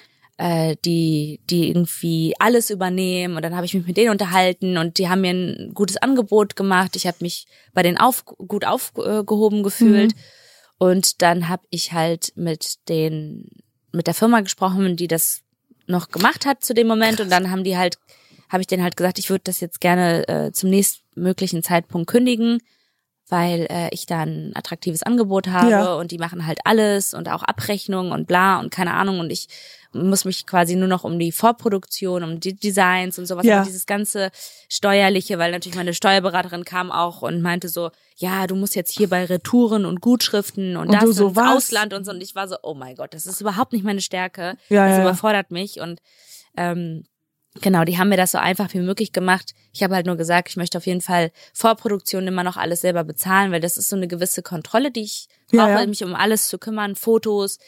äh, die die irgendwie alles übernehmen und dann habe ich mich mit denen unterhalten und die haben mir ein gutes Angebot gemacht. Ich habe mich bei denen auf, gut aufgehoben gefühlt mhm. und dann habe ich halt mit den mit der Firma gesprochen, die das noch gemacht hat zu dem Moment und dann haben die halt habe ich denen halt gesagt, ich würde das jetzt gerne äh, zum nächstmöglichen Zeitpunkt kündigen, weil äh, ich da ein attraktives Angebot habe ja. und die machen halt alles und auch Abrechnung und bla und keine Ahnung und ich muss mich quasi nur noch um die Vorproduktion, um die Designs und sowas, ja. aber dieses ganze Steuerliche, weil natürlich meine Steuerberaterin kam auch und meinte so, ja, du musst jetzt hier bei Retouren und Gutschriften und, und das so ins Ausland und so und ich war so, oh mein Gott, das ist überhaupt nicht meine Stärke, ja, das ja. überfordert mich und ähm, genau, die haben mir das so einfach wie möglich gemacht. Ich habe halt nur gesagt, ich möchte auf jeden Fall Vorproduktion immer noch alles selber bezahlen, weil das ist so eine gewisse Kontrolle, die ich brauche, ja, ja. mich um alles zu kümmern, Fotos,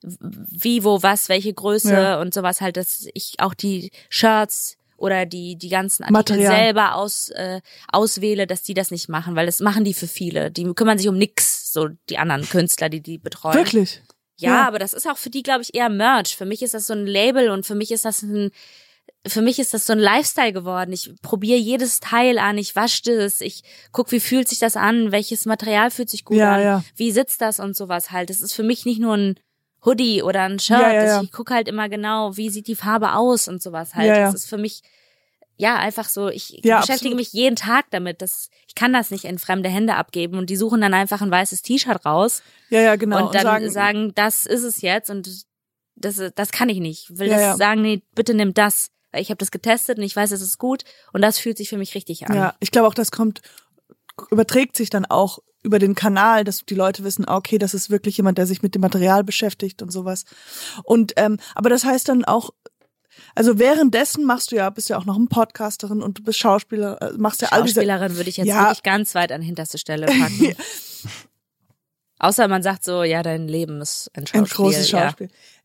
wie, wo, was, welche Größe ja. und sowas halt, dass ich auch die Shirts oder die die ganzen Artikel Material. selber aus äh, auswähle, dass die das nicht machen, weil das machen die für viele. Die kümmern sich um nix, so die anderen Künstler, die die betreuen. Wirklich? Ja, ja. aber das ist auch für die, glaube ich, eher Merch. Für mich ist das so ein Label und für mich ist das ein Für mich ist das so ein Lifestyle geworden. Ich probiere jedes Teil an, ich wasche das, ich guck, wie fühlt sich das an, welches Material fühlt sich gut ja, an, ja. wie sitzt das und sowas halt. Das ist für mich nicht nur ein Hoodie oder ein Shirt. Ja, ja, ja. Ich gucke halt immer genau, wie sieht die Farbe aus und sowas halt. Ja, ja. Das ist für mich ja einfach so, ich ja, beschäftige absolut. mich jeden Tag damit. Das, ich kann das nicht in fremde Hände abgeben und die suchen dann einfach ein weißes T-Shirt raus. Ja, ja, genau. Und dann und sagen, sagen, das ist es jetzt und das, das kann ich nicht. Ich will ja, das ja. sagen, nee, bitte nimm das. Ich habe das getestet und ich weiß, es ist gut und das fühlt sich für mich richtig an. Ja, ich glaube auch, das kommt, überträgt sich dann auch über den Kanal, dass die Leute wissen, okay, das ist wirklich jemand, der sich mit dem Material beschäftigt und sowas. Und ähm, aber das heißt dann auch, also währenddessen machst du ja, bist ja auch noch ein Podcasterin und du bist Schauspieler, machst ja all diese. Schauspielerin würde ich jetzt ja. wirklich ganz weit an hinterste Stelle packen. ja. Außer man sagt so, ja, dein Leben ist ein Schauspiel. Ein großes Schauspiel. Ja.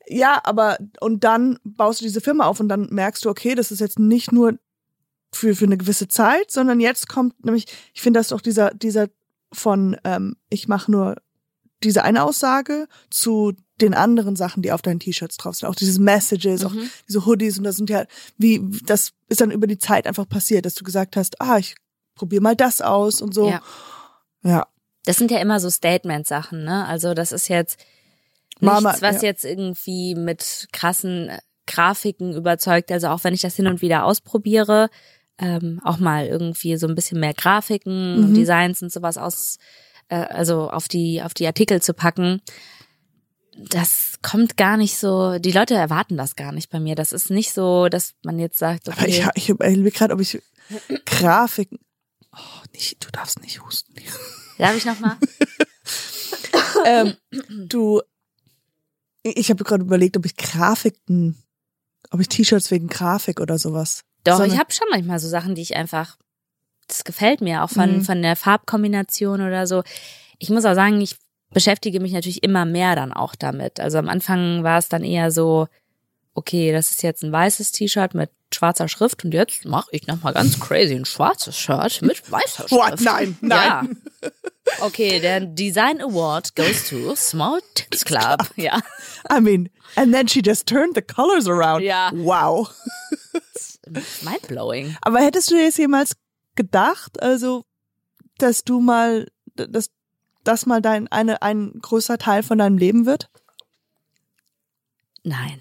Ja, aber und dann baust du diese Firma auf und dann merkst du, okay, das ist jetzt nicht nur für für eine gewisse Zeit, sondern jetzt kommt nämlich, ich finde das doch dieser dieser von ähm, ich mache nur diese eine Aussage zu den anderen Sachen, die auf deinen T-Shirts drauf sind, auch diese Messages, mhm. auch diese Hoodies und das sind ja wie das ist dann über die Zeit einfach passiert, dass du gesagt hast, ah, ich probier mal das aus und so. Ja. Ja. Das sind ja immer so Statement-Sachen, ne? Also das ist jetzt Mama, nichts, was ja. jetzt irgendwie mit krassen Grafiken überzeugt. Also auch wenn ich das hin und wieder ausprobiere, ähm, auch mal irgendwie so ein bisschen mehr Grafiken, Mhm. Designs und sowas aus, äh, also auf die auf die Artikel zu packen. Das kommt gar nicht so, die Leute erwarten das gar nicht bei mir. Das ist nicht so, dass man jetzt sagt, okay. Aber ich, ich überlege gerade, ob ich Grafiken. Oh, nicht, du darfst nicht husten. Darf ich nochmal? ähm, du, ich habe gerade überlegt, ob ich Grafiken, ob ich T-Shirts wegen Grafik oder sowas. Doch, Sondern, ich habe schon manchmal so Sachen, die ich einfach, das gefällt mir, auch von, Mhm. von der Farbkombination oder so. Ich muss auch sagen, ich beschäftige mich natürlich immer mehr dann auch damit. Also am Anfang war es dann eher so, okay, das ist jetzt ein weißes T-Shirt mit schwarzer Schrift und jetzt mache ich nochmal ganz crazy ein schwarzes Shirt mit weißer Schrift. What? Nein, nein. Ja. Okay, der Design Award goes to Small Tits Club. Ja. I mean, and then she just turned the colors around. Ja. Wow. Mindblowing. Aber hättest du dir jetzt jemals gedacht, also, dass du mal, dass das mal dein, eine, ein größer Teil von deinem Leben wird? Nein.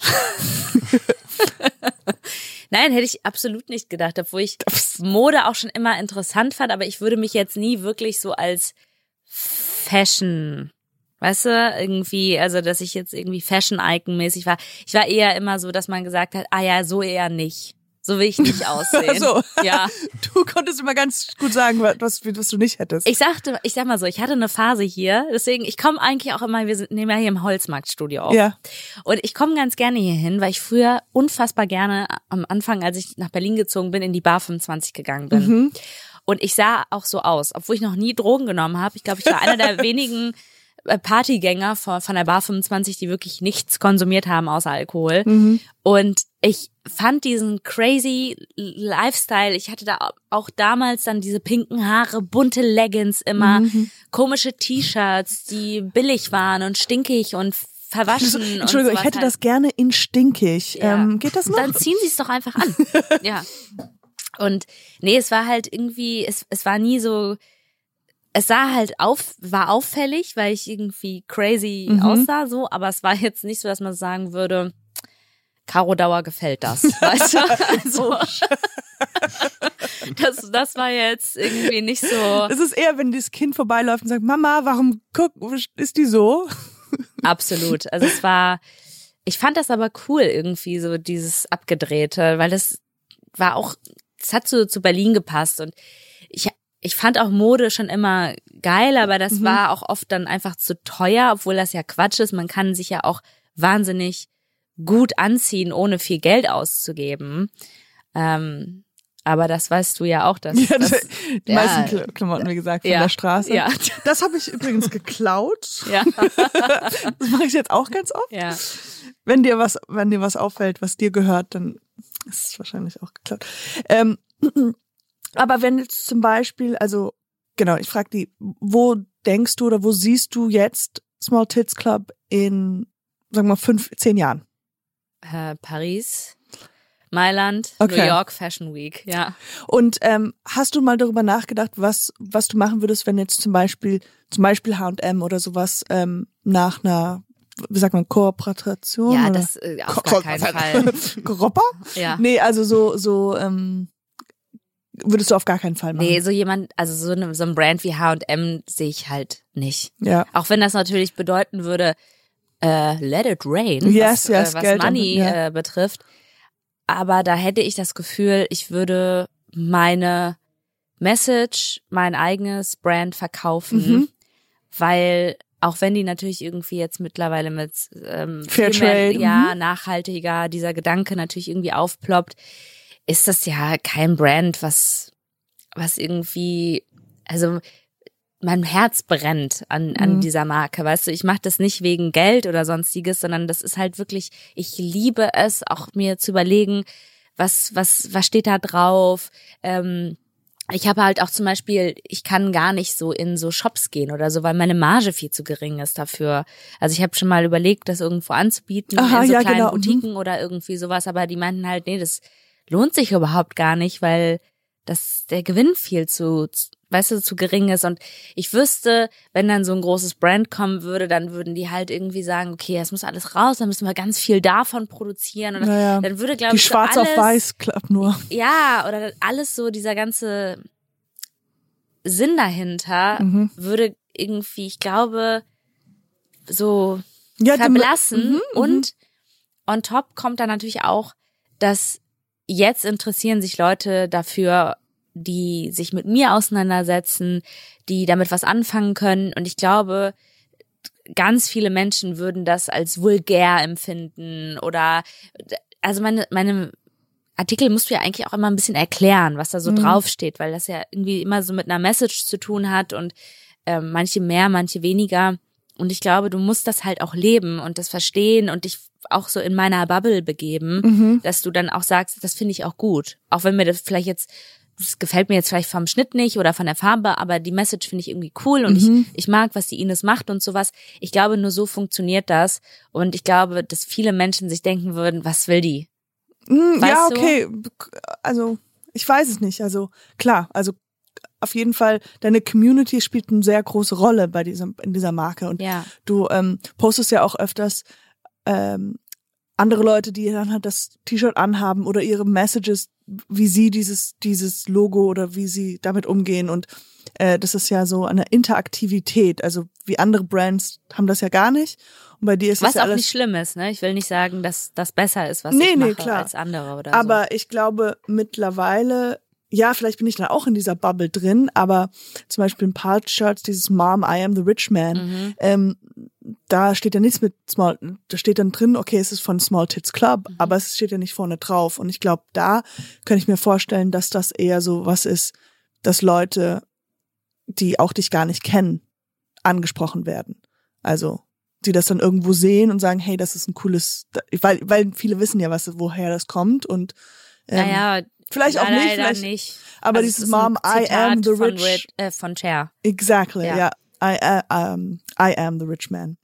Nein, hätte ich absolut nicht gedacht, obwohl ich Mode auch schon immer interessant fand, aber ich würde mich jetzt nie wirklich so als Fashion, weißt du, irgendwie, also dass ich jetzt irgendwie Fashion-Icon-mäßig war. Ich war eher immer so, dass man gesagt hat, ah ja, so eher nicht. So will ich nicht aussehen. So. Ja. Du konntest immer ganz gut sagen, was, was du nicht hättest. Ich sagte, ich sag mal so, ich hatte eine Phase hier, deswegen, ich komme eigentlich auch immer, wir sind, nehmen ja hier im Holzmarktstudio auf. Ja. Und ich komme ganz gerne hier hin, weil ich früher unfassbar gerne am Anfang, als ich nach Berlin gezogen bin, in die Bar fünfundzwanzig gegangen bin. Mhm. Und ich sah auch so aus, obwohl ich noch nie Drogen genommen habe. Ich glaube, ich war einer der wenigen Partygänger von, von der Bar fünfundzwanzig, die wirklich nichts konsumiert haben außer Alkohol. Mhm. Und ich fand diesen crazy Lifestyle, ich hatte da auch damals dann diese pinken Haare, bunte Leggings immer, mhm. komische T-Shirts, die billig waren und stinkig und verwaschen. Entschuldigung, und ich hätte halt. das gerne in stinkig. Ja. Ähm, geht das noch? Dann ziehen sie es doch einfach an. Ja. Und nee, es war halt irgendwie, es, es war nie so, es sah halt auf, war auffällig, weil ich irgendwie crazy mhm. aussah, so, aber es war jetzt nicht so, dass man sagen würde, Caro Dauer gefällt das, weißt du? Also, das, das war jetzt irgendwie nicht so. Es ist eher, wenn das Kind vorbeiläuft und sagt, Mama, warum guck, ist die so? Absolut. Also es war, ich fand das aber cool irgendwie, so dieses Abgedrehte, weil das war auch, es hat so zu Berlin gepasst und ich, ich fand auch Mode schon immer geil, aber das mhm. war auch oft dann einfach zu teuer, obwohl das ja Quatsch ist. Man kann sich ja auch wahnsinnig gut anziehen, ohne viel Geld auszugeben. Ähm, aber das weißt du ja auch, dass ja, das, die ja, meisten Klamotten, wie gesagt, von ja, der Straße. Ja. Das habe ich übrigens geklaut. Ja. Das mache ich jetzt auch ganz oft. Ja. Wenn dir was, wenn dir was auffällt, was dir gehört, dann ist es wahrscheinlich auch geklaut. Ähm, aber wenn jetzt zum Beispiel, also genau, ich frage die, wo denkst du oder wo siehst du jetzt Small Tits Club in, sagen wir mal, fünf, zehn Jahren? Äh, Paris, Mailand, okay. New York Fashion Week, ja. Und ähm, hast du mal darüber nachgedacht, was was du machen würdest, wenn jetzt zum Beispiel zum Beispiel H und M oder sowas ähm, nach einer, wie sagt man, Kooperation? Ja, oder? das äh, auf gar keinen Fall. Gropper? Ja. Nee, also so so ähm, würdest du auf gar keinen Fall machen. Nee, so jemand, also so, eine, so ein Brand wie H und M sehe ich halt nicht. Ja. Auch wenn das natürlich bedeuten würde, äh, let it rain, yes, was, yes, äh, was Geld Money und, ja. äh, betrifft. Aber da hätte ich das Gefühl, ich würde meine Message, mein eigenes Brand verkaufen, Mhm. weil auch wenn die natürlich irgendwie jetzt mittlerweile mit ähm, Fairtrade, viel mehr, ja, mhm. nachhaltiger, dieser Gedanke natürlich irgendwie aufploppt, ist das ja kein Brand, was was irgendwie, also mein Herz brennt an, an mhm. dieser Marke, weißt du, ich mache das nicht wegen Geld oder sonstiges, sondern das ist halt wirklich, ich liebe es, auch mir zu überlegen, was, was, was steht da drauf, ähm, ich habe halt auch zum Beispiel, ich kann gar nicht so in so Shops gehen oder so, weil meine Marge viel zu gering ist dafür. Also ich habe schon mal überlegt, das irgendwo anzubieten, Aha, in so ja, kleinen genau. Boutiquen mhm. oder irgendwie sowas, aber die meinten halt, nee, das lohnt sich überhaupt gar nicht, weil das der Gewinn viel zu, weißt du, zu gering ist. Und ich wüsste, wenn dann so ein großes Brand kommen würde, dann würden die halt irgendwie sagen, okay, es muss alles raus, dann müssen wir ganz viel davon produzieren. Und naja, dann würde, glaube ich, die schwarz so alles, auf weiß klappt nur. Ja, oder alles so, dieser ganze Sinn dahinter mhm. würde irgendwie, ich glaube, so ja, verblassen. Mhm, und on top kommt dann natürlich auch, dass jetzt interessieren sich Leute dafür, die sich mit mir auseinandersetzen, die damit was anfangen können. Und ich glaube, ganz viele Menschen würden das als vulgär empfinden oder, also meine, meine Artikel musst du ja eigentlich auch immer ein bisschen erklären, was da so mhm. draufsteht, weil das ja irgendwie immer so mit einer Message zu tun hat und äh, manche mehr, manche weniger. Und ich glaube, du musst das halt auch leben und das verstehen und dich auch so in meiner Bubble begeben, mhm. dass du dann auch sagst, das finde ich auch gut. Auch wenn mir das vielleicht jetzt, das gefällt mir jetzt vielleicht vom Schnitt nicht oder von der Farbe, aber die Message finde ich irgendwie cool und mhm. ich, ich mag, was die Ines macht und sowas. Ich glaube, nur so funktioniert das. Und ich glaube, dass viele Menschen sich denken würden, was will die? Mhm, ja, okay. Du? Also, ich weiß es nicht. Also, klar, also auf jeden Fall, deine Community spielt eine sehr große Rolle bei diesem, in dieser Marke. Und ja. du ähm, postest ja auch öfters ähm, andere Leute, die dann halt das T-Shirt anhaben oder ihre Messages, wie sie dieses dieses Logo oder wie sie damit umgehen. Und äh, das ist ja so eine Interaktivität. Also wie andere Brands haben das ja gar nicht. Und bei dir ist was das ja auch alles nicht schlimm ist, ne? Ich will nicht sagen, dass das besser ist, was nee, ich mache nee, klar. als andere oder aber so. Ich glaube mittlerweile, ja, vielleicht bin ich dann auch in dieser Bubble drin, aber zum Beispiel in Pulse-Shirts, dieses Mom, I am the rich man, mhm. ähm, da steht ja nichts mit Small, da steht dann drin, okay, es ist von Small Tits Club, mhm. aber es steht ja nicht vorne drauf. Und ich glaube, da kann ich mir vorstellen, dass das eher so was ist, dass Leute, die auch dich gar nicht kennen, angesprochen werden. Also, die das dann irgendwo sehen und sagen, hey, das ist ein cooles, weil, weil viele wissen ja, was, woher das kommt und ähm, naja, vielleicht auch nicht, vielleicht nicht. Aber also dieses Mom, I am the rich. Von, Rich, äh, von Cher. Exactly, ja. Yeah. I, uh, um, I am the rich man.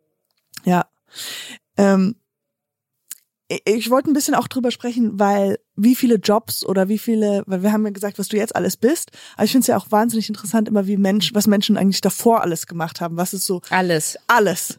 Ja. Ähm, ich, ich wollte ein bisschen auch drüber sprechen, weil wie viele Jobs oder wie viele, weil wir haben ja gesagt, was du jetzt alles bist, aber ich finde es ja auch wahnsinnig interessant immer, wie Menschen, was Menschen eigentlich davor alles gemacht haben. Was ist so? Alles. Alles.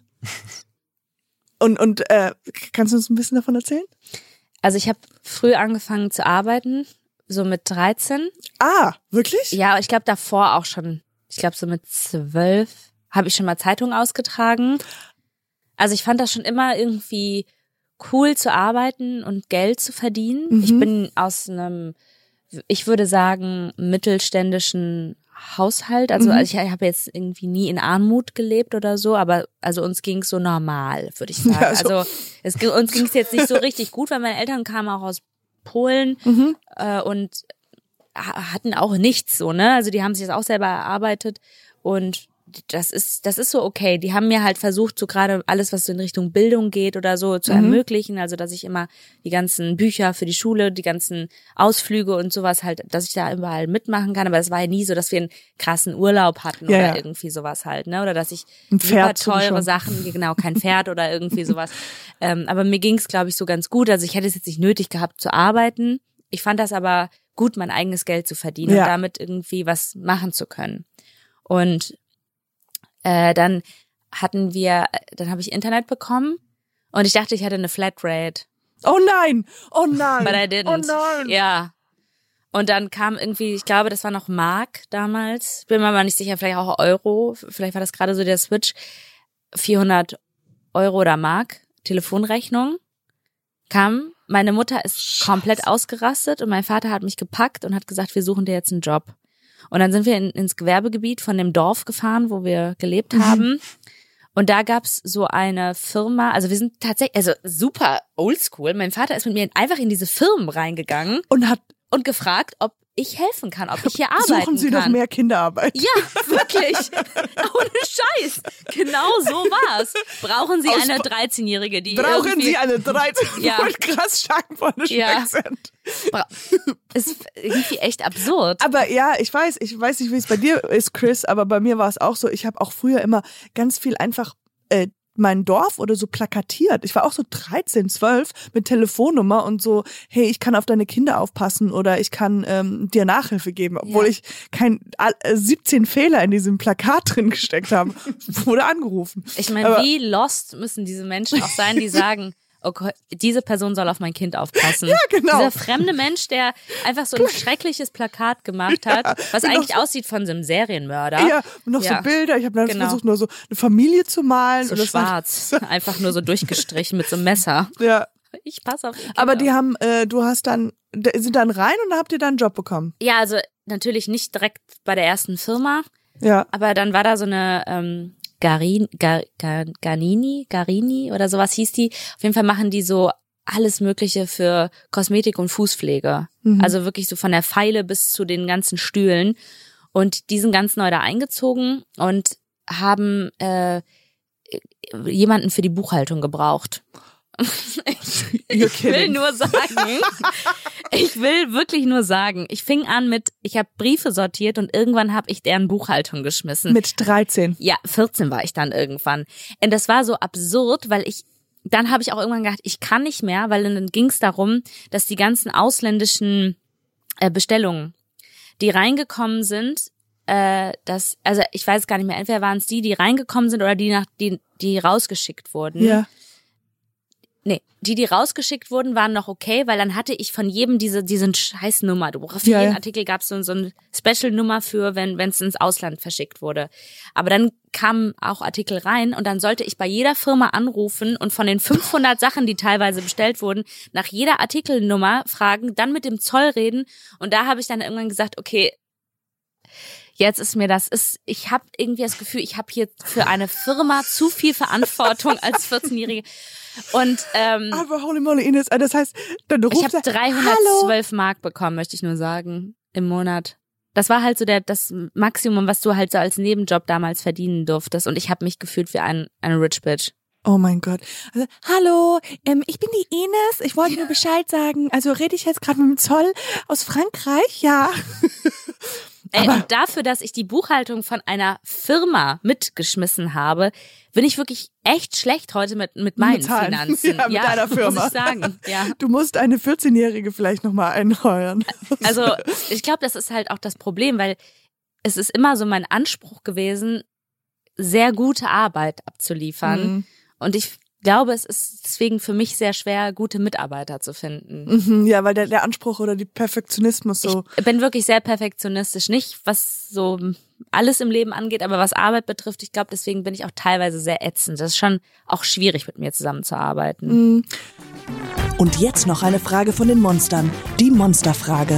und und äh, kannst du uns ein bisschen davon erzählen? Also ich habe früh angefangen zu arbeiten, so mit dreizehn. Ah, wirklich? Ja, ich glaube davor auch schon. Ich glaube so mit zwölf habe ich schon mal Zeitungen ausgetragen. Also ich fand das schon immer irgendwie cool zu arbeiten und Geld zu verdienen. Mhm. Ich bin aus einem, ich würde sagen, mittelständischen Haushalt. Also, mhm. also ich habe jetzt irgendwie nie in Armut gelebt oder so, aber also uns ging es so normal, würde ich sagen. Ja, so. Also es, uns ging es jetzt nicht so richtig gut, weil meine Eltern kamen auch aus Polen mhm. äh, und hatten auch nichts so, ne? Also die haben sich das auch selber erarbeitet und das ist das ist so okay. Die haben mir halt versucht, so gerade alles, was so in Richtung Bildung geht oder so, zu mhm. ermöglichen. Also dass ich immer die ganzen Bücher für die Schule, die ganzen Ausflüge und sowas halt, dass ich da überall mitmachen kann. Aber es war ja nie so, dass wir einen krassen Urlaub hatten ja, oder ja. irgendwie sowas halt, ne? Oder dass ich ein super teure Sachen, genau, kein Pferd oder irgendwie sowas. Ähm, aber mir ging es, glaube ich, so ganz gut. Also ich hätte es jetzt nicht nötig gehabt zu arbeiten. Ich fand das aber gut, mein eigenes Geld zu verdienen ja. und damit irgendwie was machen zu können. Und Äh, dann hatten wir, dann habe ich Internet bekommen und ich dachte, ich hätte eine Flatrate. Oh nein, oh nein. But I didn't. Oh nein. Ja. Und dann kam irgendwie, ich glaube, das war noch Mark damals, bin mir mal nicht sicher, vielleicht auch Euro, vielleicht war das gerade so der Switch, vierhundert Euro oder Mark, Telefonrechnung, kam. Meine Mutter ist Scheiße. komplett ausgerastet und mein Vater hat mich gepackt und hat gesagt, wir suchen dir jetzt einen Job. Und dann sind wir in, ins Gewerbegebiet von dem Dorf gefahren, wo wir gelebt haben. Und da gab's so eine Firma, also wir sind tatsächlich, also super oldschool. Mein Vater ist mit mir einfach in diese Firmen reingegangen. Und hat und gefragt, ob ich helfen kann, ob ich hier arbeiten kann. Suchen Sie doch mehr Kinderarbeit. Ja, wirklich. Ohne Scheiß. Genau so war's. Brauchen Sie Aus eine dreizehnjährige, die Brauchen irgendwie... Sie eine dreizehnjährige, Ja. krass stark vorne Ja. sind. Bra- ist irgendwie echt absurd. Aber ja, ich weiß, ich weiß nicht, wie es bei dir ist, Chris, aber bei mir war es auch so, ich habe auch früher immer ganz viel einfach äh, mein Dorf oder so plakatiert. Ich war auch so dreizehn, zwölf mit Telefonnummer und so, hey, ich kann auf deine Kinder aufpassen oder ich kann ähm, dir Nachhilfe geben, obwohl Ja. ich kein äh, siebzehn Fehler in diesem Plakat drin gesteckt habe. Wurde angerufen. Ich meine, Aber- wie lost müssen diese Menschen auch sein, die sagen, okay, diese Person soll auf mein Kind aufpassen. Ja, genau. Dieser fremde Mensch, der einfach so ein schreckliches Plakat gemacht hat, was und noch eigentlich so- aussieht von so einem Serienmörder. Ja, und noch Ja. so Bilder. Ich habe dann Genau. versucht, nur so eine Familie zu malen. So und das schwarz. Einfach nur so durchgestrichen mit so einem Messer. War, ja. Ich passe auf die Kinder. Aber die haben, äh, du hast dann, d- sind dann rein und da habt ihr dann einen Job bekommen. Ja, also natürlich nicht direkt bei der ersten Firma, Ja. aber dann war da so eine ähm, Garin, Gar, Gar, Garnini, Garini oder sowas hieß die. Auf jeden Fall machen die so alles Mögliche für Kosmetik und Fußpflege. Mhm. Also wirklich so von der Feile bis zu den ganzen Stühlen. Und die sind ganz neu da eingezogen und haben äh, jemanden für die Buchhaltung gebraucht. You're Ich will kidding. nur sagen, ich will wirklich nur sagen, ich fing an mit, ich habe Briefe sortiert und irgendwann habe ich deren Buchhaltung geschmissen. Mit dreizehn. Ja, vierzehn war ich dann irgendwann. Und das war so absurd, weil ich, dann habe ich auch irgendwann gedacht, ich kann nicht mehr, weil dann ging es darum, dass die ganzen ausländischen äh, Bestellungen, die reingekommen sind, äh, dass, also ich weiß gar nicht mehr, entweder waren es die, die reingekommen sind oder die, nach, die, die rausgeschickt wurden. Ja. Nee, die, die rausgeschickt wurden, waren noch okay, weil dann hatte ich von jedem diese diesen Scheißnummer. Du brauchst für Ja, jeden ja. Artikel gab es so, so eine Special-Nummer für, wenn wenn es ins Ausland verschickt wurde. Aber dann kamen auch Artikel rein und dann sollte ich bei jeder Firma anrufen und von den fünfhundert Sachen, die teilweise bestellt wurden, nach jeder Artikelnummer fragen, dann mit dem Zoll reden. Und da habe ich dann irgendwann gesagt, okay, jetzt ist mir das, ist, ich habe irgendwie das Gefühl, ich habe hier für eine Firma zu viel Verantwortung als vierzehnjährige. Und ähm, Aber holy moly, Ines, das heißt, dann ich ruft habe er, dreihundertzwölf Mark bekommen, möchte ich nur sagen, im Monat. Das war halt so der das Maximum, was du halt so als Nebenjob damals verdienen durftest. Und ich habe mich gefühlt wie ein, eine Rich Bitch. Oh mein Gott. Also, hallo, ähm, ich bin die Ines. Ich wollte nur Bescheid sagen. Also rede ich jetzt gerade mit dem Zoll aus Frankreich? Ja. Ey, Aber- und dafür, dass ich die Buchhaltung von einer Firma mitgeschmissen habe, bin ich wirklich echt schlecht heute mit mit meinen Mit Zahlen. Finanzen. Ja, mit deiner Firma. Muss ich sagen. Ja. Du musst eine vierzehnjährige vielleicht nochmal einheuern. Also ich glaube, das ist halt auch das Problem, weil es ist immer so mein Anspruch gewesen, sehr gute Arbeit abzuliefern. Mhm. Und ich glaube, es ist deswegen für mich sehr schwer, gute Mitarbeiter zu finden. Mhm, ja, weil der, der Anspruch oder die Perfektionismus so. Ich bin wirklich sehr perfektionistisch, nicht was so alles im Leben angeht, aber was Arbeit betrifft. Ich glaube, deswegen bin ich auch teilweise sehr ätzend. Das ist schon auch schwierig, mit mir zusammenzuarbeiten. Mhm. Und jetzt noch eine Frage von den Monstern. Die Monsterfrage.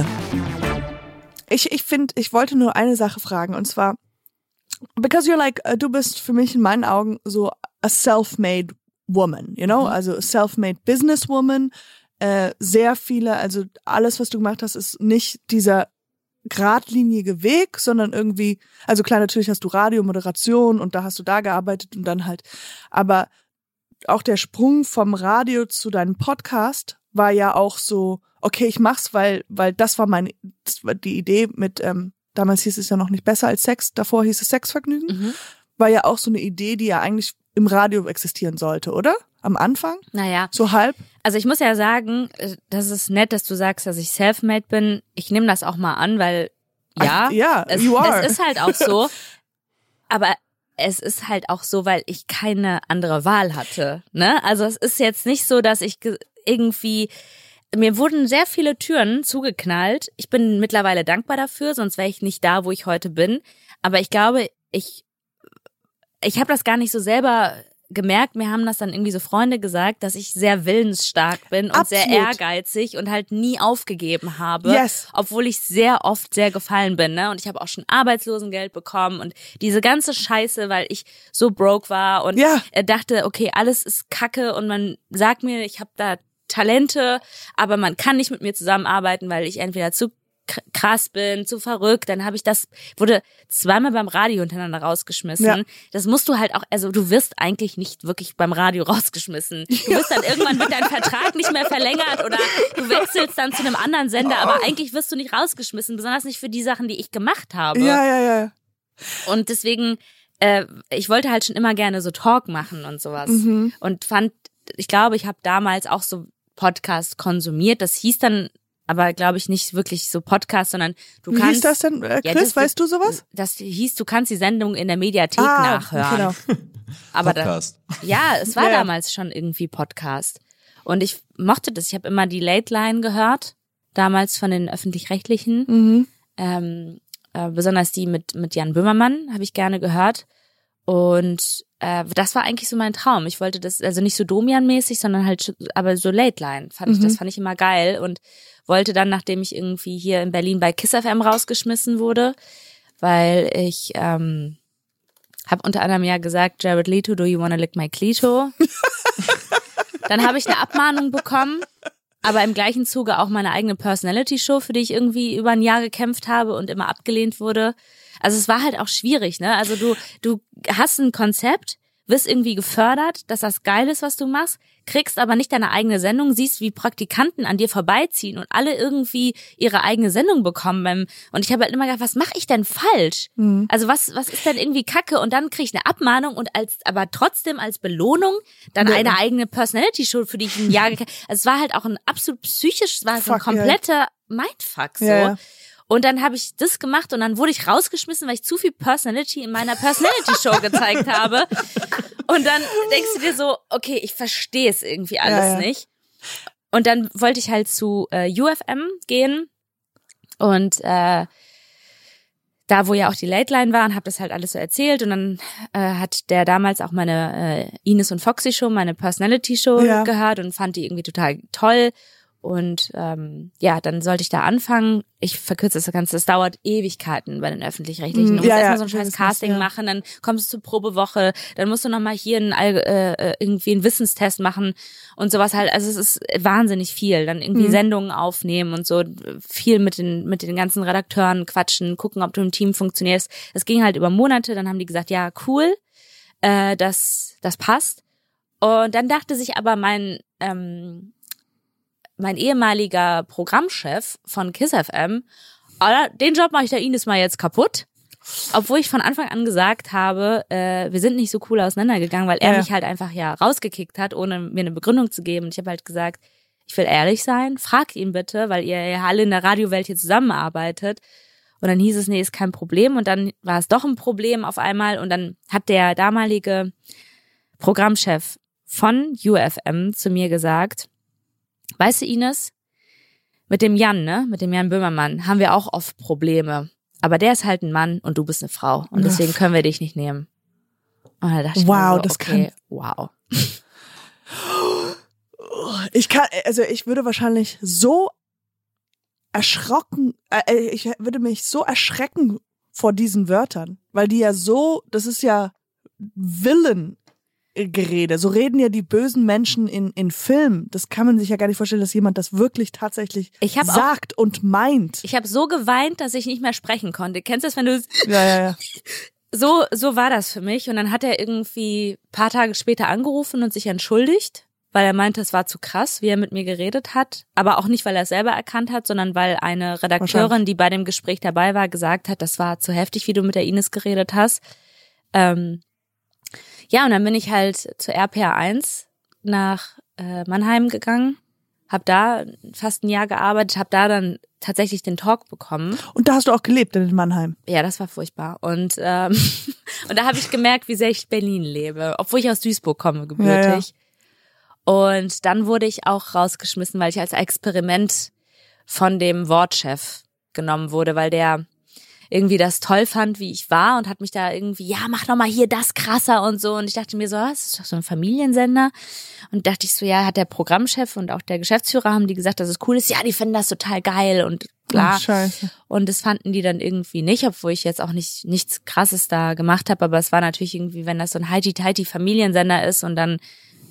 Ich, ich finde, ich wollte nur eine Sache fragen und zwar, because you're like, uh, du bist für mich in meinen Augen so a self-made woman, you know, also a self-made businesswoman, äh, sehr viele, also alles, was du gemacht hast, ist nicht dieser geradlinige Weg, sondern irgendwie, also klar, natürlich hast du Radio, Moderation und da hast du da gearbeitet und dann halt, aber auch der Sprung vom Radio zu deinem Podcast war ja auch so, okay, ich mach's, weil weil das war meine das war die Idee mit, ähm, damals hieß es ja noch nicht besser als Sex, davor hieß es Sexvergnügen, Mhm. war ja auch so eine Idee, die ja eigentlich im Radio existieren sollte, oder? Am Anfang? Naja, So halb? also ich muss ja sagen, äh, das ist nett, dass du sagst, dass ich self-made bin. Ich nehme das auch mal an, weil ja, Ach, ja, es, you are. es ist halt auch so. Aber es ist halt auch so, weil ich keine andere Wahl hatte. Ne? Also es ist jetzt nicht so, dass ich ge- irgendwie mir wurden sehr viele Türen zugeknallt. Ich bin mittlerweile dankbar dafür, sonst wäre ich nicht da, wo ich heute bin. Aber ich glaube, ich ich habe das gar nicht so selber gemerkt. Mir haben das dann irgendwie so Freunde gesagt, dass ich sehr willensstark bin und Absolut. sehr ehrgeizig und halt nie aufgegeben habe. Yes. Obwohl ich sehr oft sehr gefallen bin, ne? Und ich habe auch schon Arbeitslosengeld bekommen und diese ganze Scheiße, weil ich so broke war und Ja. äh, dachte, okay, alles ist Kacke und man sagt mir, ich habe da Talente, aber man kann nicht mit mir zusammenarbeiten, weil ich entweder zu krass bin, zu verrückt, dann habe ich das, wurde zweimal beim Radio hintereinander rausgeschmissen. Ja. Das musst du halt auch, also du wirst eigentlich nicht wirklich beim Radio rausgeschmissen. Du wirst dann irgendwann mit deinem Vertrag nicht mehr verlängert oder du wechselst dann zu einem anderen Sender, aber eigentlich wirst du nicht rausgeschmissen, besonders nicht für die Sachen, die ich gemacht habe. Ja, ja, ja. Und deswegen, äh, ich wollte halt schon immer gerne so Talk machen und sowas. Mhm. Und fand, ich glaube, ich habe damals auch so Podcast konsumiert. Das hieß dann aber, glaube ich, nicht wirklich so Podcast, sondern du Wie kannst... Wie hieß das denn, Chris? Ja, das, weißt du sowas? Das hieß, du kannst die Sendung in der Mediathek ah, nachhören. Genau. Aber Podcast. Da, ja, es war ja, ja. damals schon irgendwie Podcast. Und ich mochte das. Ich habe immer die Late Line gehört, damals von den Öffentlich-Rechtlichen. Mhm. Ähm, äh, besonders die mit mit Jan Böhmermann habe ich gerne gehört. Und äh, das war eigentlich so mein Traum. Ich wollte das, also nicht so Domian-mäßig, sondern halt, aber so Late Line. Fand ich, mhm. das fand ich immer geil und wollte dann, nachdem ich irgendwie hier in Berlin bei Kiss F M rausgeschmissen wurde, weil ich ähm, habe unter anderem ja gesagt, Jared Leto, do you wanna lick my Clito? Dann habe ich eine Abmahnung bekommen, aber im gleichen Zuge auch meine eigene Personality-Show, für die ich irgendwie über ein Jahr gekämpft habe und immer abgelehnt wurde. Also es war halt auch schwierig, ne? Also du du hast ein Konzept, wirst irgendwie gefördert, dass das geil ist, was du machst, kriegst aber nicht deine eigene Sendung, siehst, wie Praktikanten an dir vorbeiziehen und alle irgendwie ihre eigene Sendung bekommen. Und ich habe halt immer gedacht, was mache ich denn falsch? Mhm. Also was was ist denn irgendwie Kacke? Und dann krieg ich eine Abmahnung und als aber trotzdem als Belohnung dann ja. eine eigene Personality-Show, für die ich ein Jahr gekämpft. Also es war halt auch ein absolut psychisch, es war so ein kompletter Mindfuck so. Ja. Und dann habe ich das gemacht und dann wurde ich rausgeschmissen, weil ich zu viel Personality in meiner Personality-Show gezeigt habe. Und dann denkst du dir so, okay, ich verstehe es irgendwie alles ja, ja. nicht. Und dann wollte ich halt zu äh, U F M gehen und äh, da, wo ja auch die Late Line war, und habe das halt alles so erzählt. Und dann äh, hat der damals auch meine äh, Ines und Foxy Show, meine Personality-Show ja. gehört und fand die irgendwie total toll. Und ähm, ja, dann sollte ich da anfangen. Ich verkürze das Ganze, das dauert Ewigkeiten bei den Öffentlich-Rechtlichen. Du musst ja, erstmal ja, so ein scheiß Casting ja. machen, dann kommst du zur Probewoche, dann musst du nochmal hier einen, äh, irgendwie einen Wissenstest machen und sowas halt. Also es ist wahnsinnig viel. Dann irgendwie mhm. Sendungen aufnehmen und so, viel mit den mit den ganzen Redakteuren quatschen, gucken, ob du im Team funktionierst. Das ging halt über Monate, dann haben die gesagt, ja, cool, äh, das, das passt. Und dann dachte sich aber mein ähm, mein ehemaliger Programmchef von Kiss F M, den Job mache ich der Ines mal jetzt kaputt. Obwohl ich von Anfang an gesagt habe, äh, wir sind nicht so cool auseinandergegangen, weil er ja. mich halt einfach ja rausgekickt hat, ohne mir eine Begründung zu geben. Und ich habe halt gesagt, ich will ehrlich sein, fragt ihn bitte, weil ihr ja alle in der Radiowelt hier zusammenarbeitet. Und dann hieß es, nee, ist kein Problem. Und dann war es doch ein Problem auf einmal. Und dann hat der damalige Programmchef von U F M zu mir gesagt, weißt du, Ines, mit dem Jan, ne, mit dem Jan Böhmermann, haben wir auch oft Probleme. Aber der ist halt ein Mann und du bist eine Frau. Und deswegen können wir dich nicht nehmen. Und da dachte ich wow, mir so, das okay, kann... wow. Ich kann, also ich würde wahrscheinlich so erschrocken, äh, ich würde mich so erschrecken vor diesen Wörtern. Weil die ja so, das ist ja Villain. Gerede. So reden ja die bösen Menschen in in Filmen. Das kann man sich ja gar nicht vorstellen, dass jemand das wirklich tatsächlich sagt auch, und meint. Ich habe so geweint, dass ich nicht mehr sprechen konnte. Kennst du das, wenn du ja, ja, ja. So so war das für mich. Und dann hat er irgendwie ein paar Tage später angerufen und sich entschuldigt, weil er meinte, es war zu krass, wie er mit mir geredet hat. Aber auch nicht, weil er es selber erkannt hat, sondern weil eine Redakteurin, die bei dem Gespräch dabei war, gesagt hat, das war zu heftig, wie du mit der Ines geredet hast. Ähm, Ja, und dann bin ich halt zur R P R eins nach äh, Mannheim gegangen, habe da fast ein Jahr gearbeitet, habe da dann tatsächlich den Talk bekommen. Und da hast du auch gelebt in Mannheim? Ja, das war furchtbar. Und ähm, und da habe ich gemerkt, wie sehr ich Berlin lebe, obwohl ich aus Duisburg komme, gebürtig. Ja, ja. Und dann wurde ich auch rausgeschmissen, weil ich als Experiment von dem Wortchef genommen wurde, weil der irgendwie das toll fand, wie ich war und hat mich da irgendwie, ja, mach noch mal hier das krasser und so. Und ich dachte mir so, das ist doch so ein Familiensender. Und dachte ich so, ja, hat der Programmchef und auch der Geschäftsführer, haben die gesagt, dass es cool ist. Ja, die finden das total geil und klar. Oh, Scheiße. Und das fanden die dann irgendwie nicht, obwohl ich jetzt auch nicht nichts Krasses da gemacht habe. Aber es war natürlich irgendwie, wenn das so ein Heidi-Teiti-Familiensender ist und dann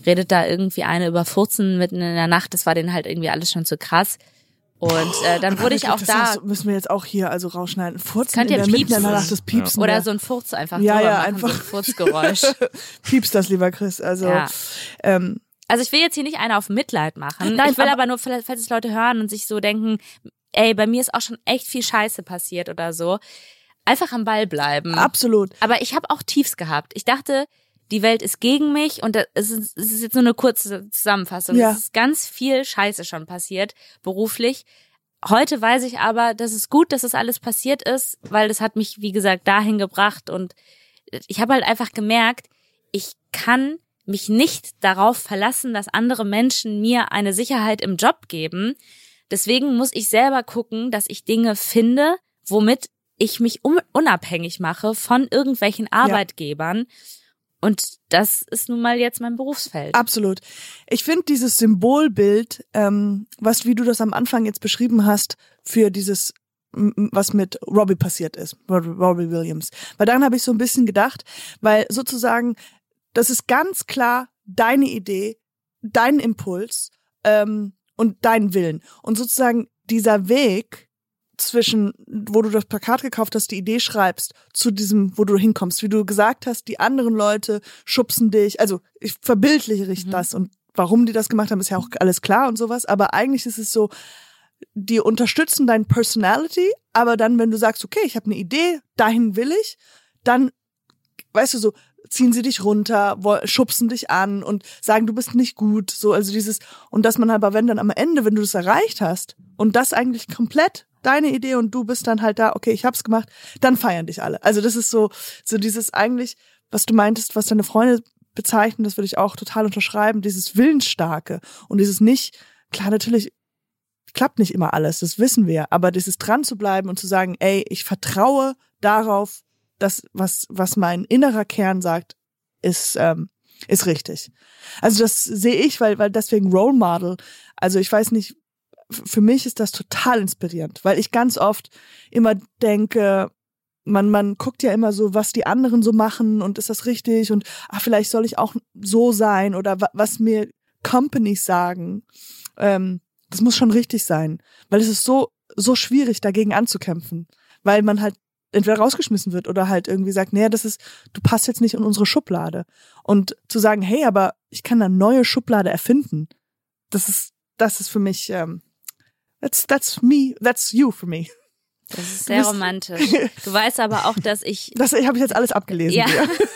redet da irgendwie eine über Furzen mitten in der Nacht. Das war denen halt irgendwie alles schon zu krass. Und äh, dann wurde ich auch das da... heißt, müssen wir jetzt auch hier also rausschneiden. Furzen könnt ihr in der piepsen. Mitten in der Nacht, das Piepsen. Oder der. so ein Furz einfach ja, drüber ja, machen, einfach. so ein Furzgeräusch. Piepst das, lieber Chris. Also, ja. ähm, also ich will jetzt hier nicht eine auf Mitleid machen. Nein, ich will aber, aber nur, falls es Leute hören und sich so denken, ey, bei mir ist auch schon echt viel Scheiße passiert oder so. Einfach am Ball bleiben. Absolut. Aber ich habe auch Tiefs gehabt. Ich dachte, die Welt ist gegen mich und es ist, es ist jetzt nur eine kurze Zusammenfassung. Ja. Es ist ganz viel Scheiße schon passiert, beruflich. Heute weiß ich aber, dass es gut, dass es alles passiert ist, weil das hat mich, wie gesagt, dahin gebracht und ich habe halt einfach gemerkt, ich kann mich nicht darauf verlassen, dass andere Menschen mir eine Sicherheit im Job geben. Deswegen muss ich selber gucken, dass ich Dinge finde, womit ich mich unabhängig mache von irgendwelchen Arbeitgebern. Ja. Und das ist nun mal jetzt mein Berufsfeld. Absolut. Ich finde dieses Symbolbild, ähm, was, wie du das am Anfang jetzt beschrieben hast, für dieses, was mit Robbie passiert ist, Robbie Williams. Weil daran habe ich so ein bisschen gedacht, weil sozusagen, das ist ganz klar deine Idee, dein Impuls ähm, und dein Willen. Und sozusagen dieser Weg zwischen, wo du das Plakat gekauft hast, die Idee schreibst, zu diesem, wo du hinkommst. Wie du gesagt hast, die anderen Leute schubsen dich. Also ich verbildlichere ich mhm. das und warum die das gemacht haben, ist ja auch alles klar und sowas. Aber eigentlich ist es so, die unterstützen dein Personality, aber dann, wenn du sagst, okay, ich habe eine Idee, dahin will ich, dann, weißt du, so ziehen sie dich runter, schubsen dich an und sagen, du bist nicht gut. So, also dieses, und dass man aber, wenn dann am Ende, wenn du das erreicht hast und das eigentlich komplett deine Idee und du bist dann halt da, okay, ich hab's gemacht, dann feiern dich alle. Also das ist so, so dieses eigentlich, was du meintest, was deine Freunde bezeichnen, das würde ich auch total unterschreiben, dieses Willensstarke und dieses nicht, klar, natürlich klappt nicht immer alles, das wissen wir, aber dieses dran zu bleiben und zu sagen, ey, ich vertraue darauf, dass was, was mein innerer Kern sagt, ist, ähm, ist richtig. Also das sehe ich, weil, weil deswegen Role Model, also ich weiß nicht, für mich ist das total inspirierend, weil ich ganz oft immer denke, man man guckt ja immer so, was die anderen so machen und ist das richtig und ach, vielleicht soll ich auch so sein oder wa- was mir Companies sagen, ähm, das muss schon richtig sein, weil es ist so so schwierig, dagegen anzukämpfen, weil man halt entweder rausgeschmissen wird oder halt irgendwie sagt, nee, das ist, du passt jetzt nicht in unsere Schublade. Und zu sagen, hey, aber ich kann eine neue Schublade erfinden, das ist das ist für mich ähm, That's, that's me, that's you for me. Das ist sehr bist, romantisch. Du weißt aber auch, dass ich... Das habe ich jetzt alles abgelesen. Ja,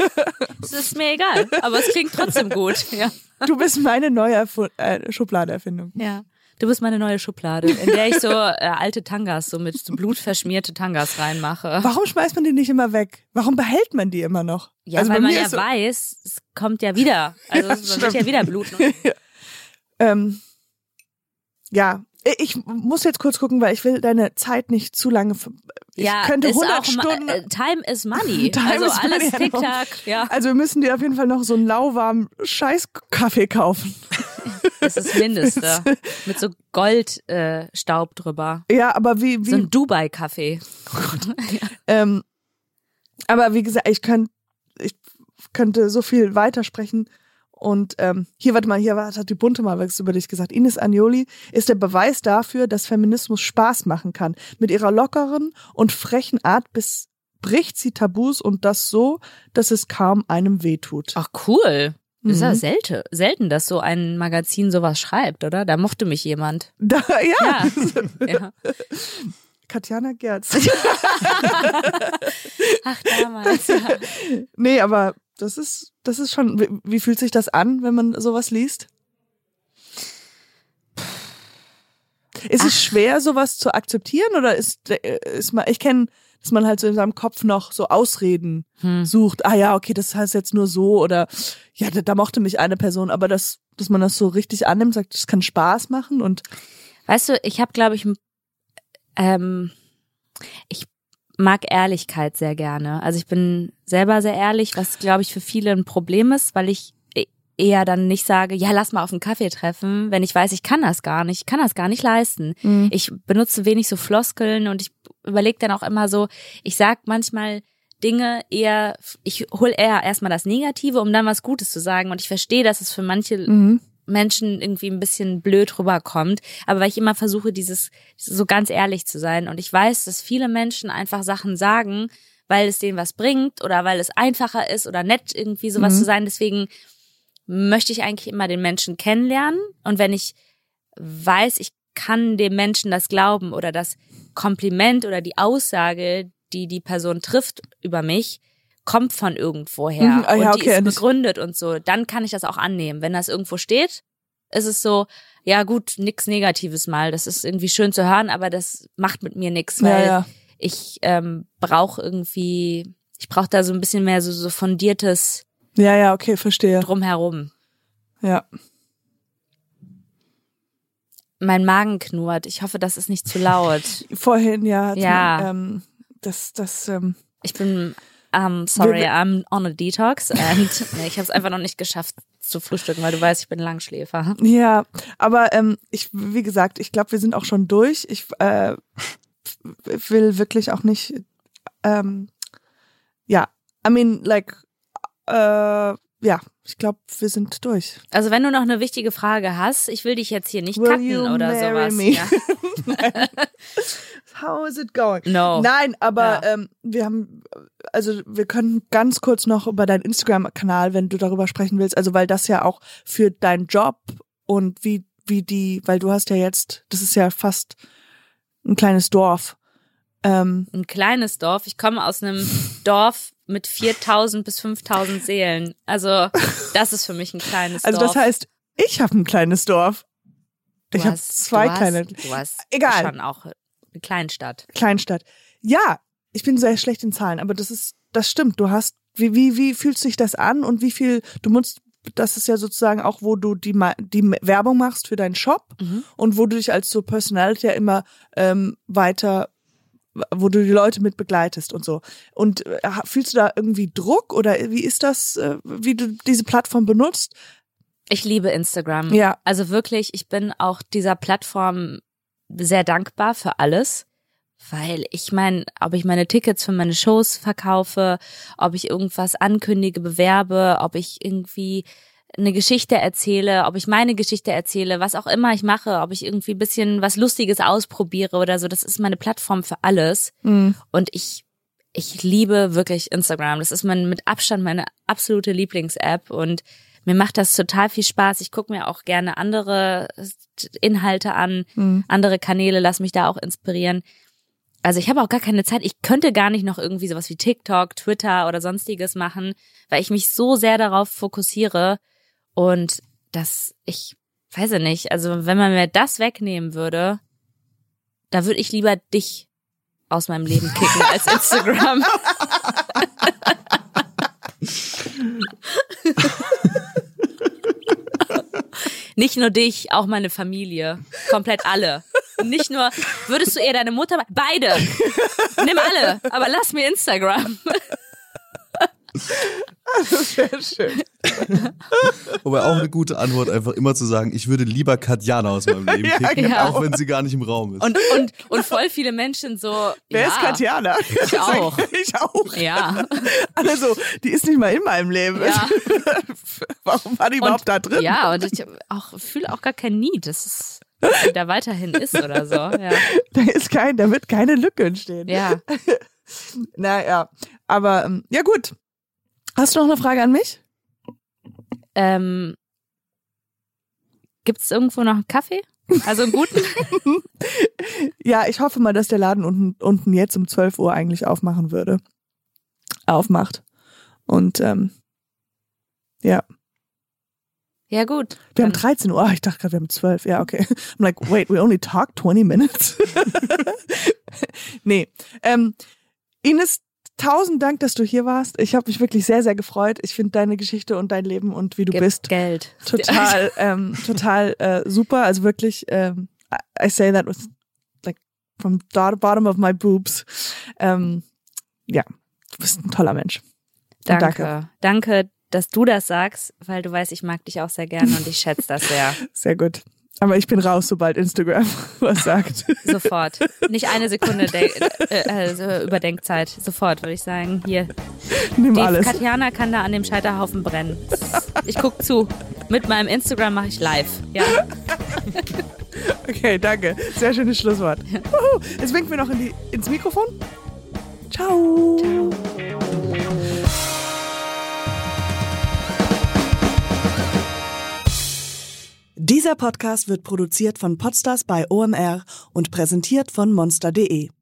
das ist mir egal, aber es klingt trotzdem gut. Ja. Du bist meine neue Erf- äh, Schubladeerfindung. Ja, du bist meine neue Schublade, in der ich so äh, alte Tangas, so mit so blutverschmierte Tangas reinmache. Warum schmeißt man die nicht immer weg? Warum behält man die immer noch? Ja, also weil man ja so weiß, es kommt ja wieder. Also ja, es wird ja wieder bluten. ja. Ähm, ja. Ich muss jetzt kurz gucken, weil ich will deine Zeit nicht zu lange. Ich ja, könnte ist hundert auch Stunden. Ma- Time is money. Time also is alles money, Tick-Tack. Ja. Also wir müssen dir auf jeden Fall noch so einen lauwarmen Scheißkaffee kaufen. Das ist das Mindeste. Mit so Goldstaub äh, Staub drüber. Ja, aber wie, wie so ein Dubai-Kaffee. Oh Gott. ähm, aber wie gesagt, ich könnte, ich könnte so viel weitersprechen. Und ähm, hier, warte mal, hier hat die Bunte mal was über dich gesagt. Ines Agnoli ist der Beweis dafür, dass Feminismus Spaß machen kann. Mit ihrer lockeren und frechen Art bis bricht sie Tabus und das so, dass es kaum einem wehtut. Ach cool. Das ist ja Mhm. selten, selten, dass so ein Magazin sowas schreibt, oder? Da mochte mich jemand. Da, ja. Ja. ja. Katjana Gerz. Ach, damals, ja. Nee, aber das ist, das ist schon, wie, wie fühlt sich das an, wenn man sowas liest? Ist Ach. es schwer, sowas zu akzeptieren oder ist, ist man, ich kenne, dass man halt so in seinem Kopf noch so Ausreden hm. sucht. Ah ja, okay, das heißt jetzt nur so oder ja, da, da mochte mich eine Person, aber das, dass man das so richtig annimmt, sagt, das kann Spaß machen und. Weißt du, ich habe, glaube ich, ähm, ich mag Ehrlichkeit sehr gerne. Also ich bin selber sehr ehrlich, was, glaube ich, für viele ein Problem ist, weil ich eher dann nicht sage, ja, lass mal auf einen Kaffee treffen, wenn ich weiß, ich kann das gar nicht, ich kann das gar nicht leisten. Mhm. Ich benutze wenig so Floskeln und ich überlege dann auch immer so, ich sag manchmal Dinge eher, ich hole eher erstmal das Negative, um dann was Gutes zu sagen. Und ich verstehe, dass es für manche mhm. Menschen irgendwie ein bisschen blöd rüberkommt. Aber weil ich immer versuche, dieses so ganz ehrlich zu sein. Und ich weiß, dass viele Menschen einfach Sachen sagen, weil es denen was bringt oder weil es einfacher ist oder nett irgendwie sowas mhm. zu sein. Deswegen möchte ich eigentlich immer den Menschen kennenlernen. Und wenn ich weiß, ich kann dem Menschen das glauben oder das Kompliment oder die Aussage, die die Person trifft über mich, kommt von irgendwoher mhm, ah, ja, und die okay. ist begründet und so, dann kann ich das auch annehmen. Wenn das irgendwo steht, ist es so, ja gut, nix Negatives mal. Das ist irgendwie schön zu hören, aber das macht mit mir nix, weil ja, ja. ich ähm, brauche irgendwie, ich brauche da so ein bisschen mehr so, so fundiertes Ja, ja, okay, verstehe. Drumherum. Ja. Mein Magen knurrt. Ich hoffe, das ist nicht zu laut. Vorhin, ja. Ja. Man, ähm, das, das, ähm, ich bin, um, sorry, I'm on a detox and nee, ich habe es einfach noch nicht geschafft zu frühstücken, weil du weißt, ich bin Langschläfer. Ja, aber ähm, ich, wie gesagt, ich glaube, wir sind auch schon durch. Ich äh, will wirklich auch nicht, ähm, ja, I mean, like, äh, ja, ich glaube, wir sind durch. Also wenn du noch eine wichtige Frage hast, ich will dich jetzt hier nicht Will cutten you oder marry sowas. Me? Ja. How is it going? No. Nein, aber Ja. ähm, wir haben, also wir können ganz kurz noch über deinen Instagram-Kanal, wenn du darüber sprechen willst, also weil das ja auch für deinen Job und wie wie die, weil du hast ja jetzt, das ist ja fast ein kleines Dorf. Ähm, Ein kleines Dorf. Ich komme aus einem Dorf mit viertausend bis fünftausend Seelen. Also das ist für mich ein kleines also Dorf. das heißt, ich habe ein kleines Dorf. Du Ich habe hast- zwei du kleine. Hast, du hast Egal. schon auch eine Kleinstadt. Kleinstadt. Ja, ich bin sehr schlecht in Zahlen, aber das ist, das stimmt. Du hast, wie, wie, wie fühlt sich das an und wie viel, du musst, das ist ja sozusagen auch, wo du die, die Werbung machst für deinen Shop Mhm. und wo du dich als so Personality ja immer ähm, weiter, wo du die Leute mit begleitest und so. Und äh, fühlst du da irgendwie Druck oder wie ist das, äh, wie du diese Plattform benutzt? Ich liebe Instagram. Ja. Also wirklich, ich bin auch dieser Plattform sehr dankbar für alles, weil ich meine, ob ich meine Tickets für meine Shows verkaufe, ob ich irgendwas ankündige, bewerbe, ob ich irgendwie eine Geschichte erzähle, ob ich meine Geschichte erzähle, was auch immer ich mache, ob ich irgendwie ein bisschen was Lustiges ausprobiere oder so, das ist meine Plattform für alles. Mhm. Und ich ich liebe wirklich Instagram. Das ist mein, mit Abstand meine absolute Lieblings-App und mir macht das total viel Spaß. Ich gucke mir auch gerne andere Inhalte an, Mhm. andere Kanäle, lass mich da auch inspirieren. Also ich habe auch gar keine Zeit. Ich könnte gar nicht noch irgendwie sowas wie TikTok, Twitter oder sonstiges machen, weil ich mich so sehr darauf fokussiere und dass ich, weiß ich nicht, also wenn man mir das wegnehmen würde, da würde ich lieber dich aus meinem Leben kicken als Instagram. Nicht nur dich, auch meine Familie. Komplett alle. Nicht nur, würdest du eher deine Mutter, beide. Nimm alle, aber lass mir Instagram. Das wäre schön. Wobei auch eine gute Antwort einfach immer zu sagen, ich würde lieber Katjana aus meinem Leben Ja, kicken, genau. auch wenn sie gar nicht im Raum ist. Und, und, und voll viele Menschen so, Wer ja, ist Katjana? Ich auch. Ich auch. Ja. Also, die ist nicht mal in meinem Leben. Ja. Warum war die überhaupt Und, da drin? Ja, und ich auch, fühle auch gar kein Need, dass es dass sie da weiterhin ist oder so. Ja. Da ist kein, da wird keine Lücke entstehen. Ja. Naja, aber ähm, ja gut. Hast du noch eine Frage an mich? Ähm, gibt's irgendwo noch einen Kaffee? Also einen guten? Ja, ich hoffe mal, dass der Laden unten, unten jetzt um zwölf Uhr eigentlich aufmachen würde. Aufmacht. Und ähm, ja. Ja, gut. Wir haben Dann- dreizehn Uhr. Ah, ich dachte gerade, wir haben zwölf. Ja, okay. I'm like, wait, we only talked twenty minutes. Nee. Ähm, Ines, tausend Dank, dass du hier warst. Ich habe mich wirklich sehr, sehr gefreut. Ich finde deine Geschichte und dein Leben und wie du Gib bist Geld. total, ähm, total äh, super. Also wirklich, ähm, I, I say that with like from the bottom of my boobs. Ähm, ja, du bist ein toller Mensch. Und Danke. Danke, dass du das sagst, weil du weißt, ich mag dich auch sehr gerne und ich schätze das sehr. Sehr gut. Aber ich bin raus, sobald Instagram was sagt. Sofort. Nicht eine Sekunde De- äh, also Überdenkzeit. Sofort, würde ich sagen. Hier. Nimm Die alles. Katjana kann da an dem Scheiterhaufen brennen. Ich guck zu. Mit meinem Instagram mache ich live. Ja. Okay, danke. Sehr schönes Schlusswort. Uhu. Jetzt winken wir noch in die, ins Mikrofon. Ciao. Ciao. Dieser Podcast wird produziert von Podstars bei O M R und präsentiert von monster punkt de.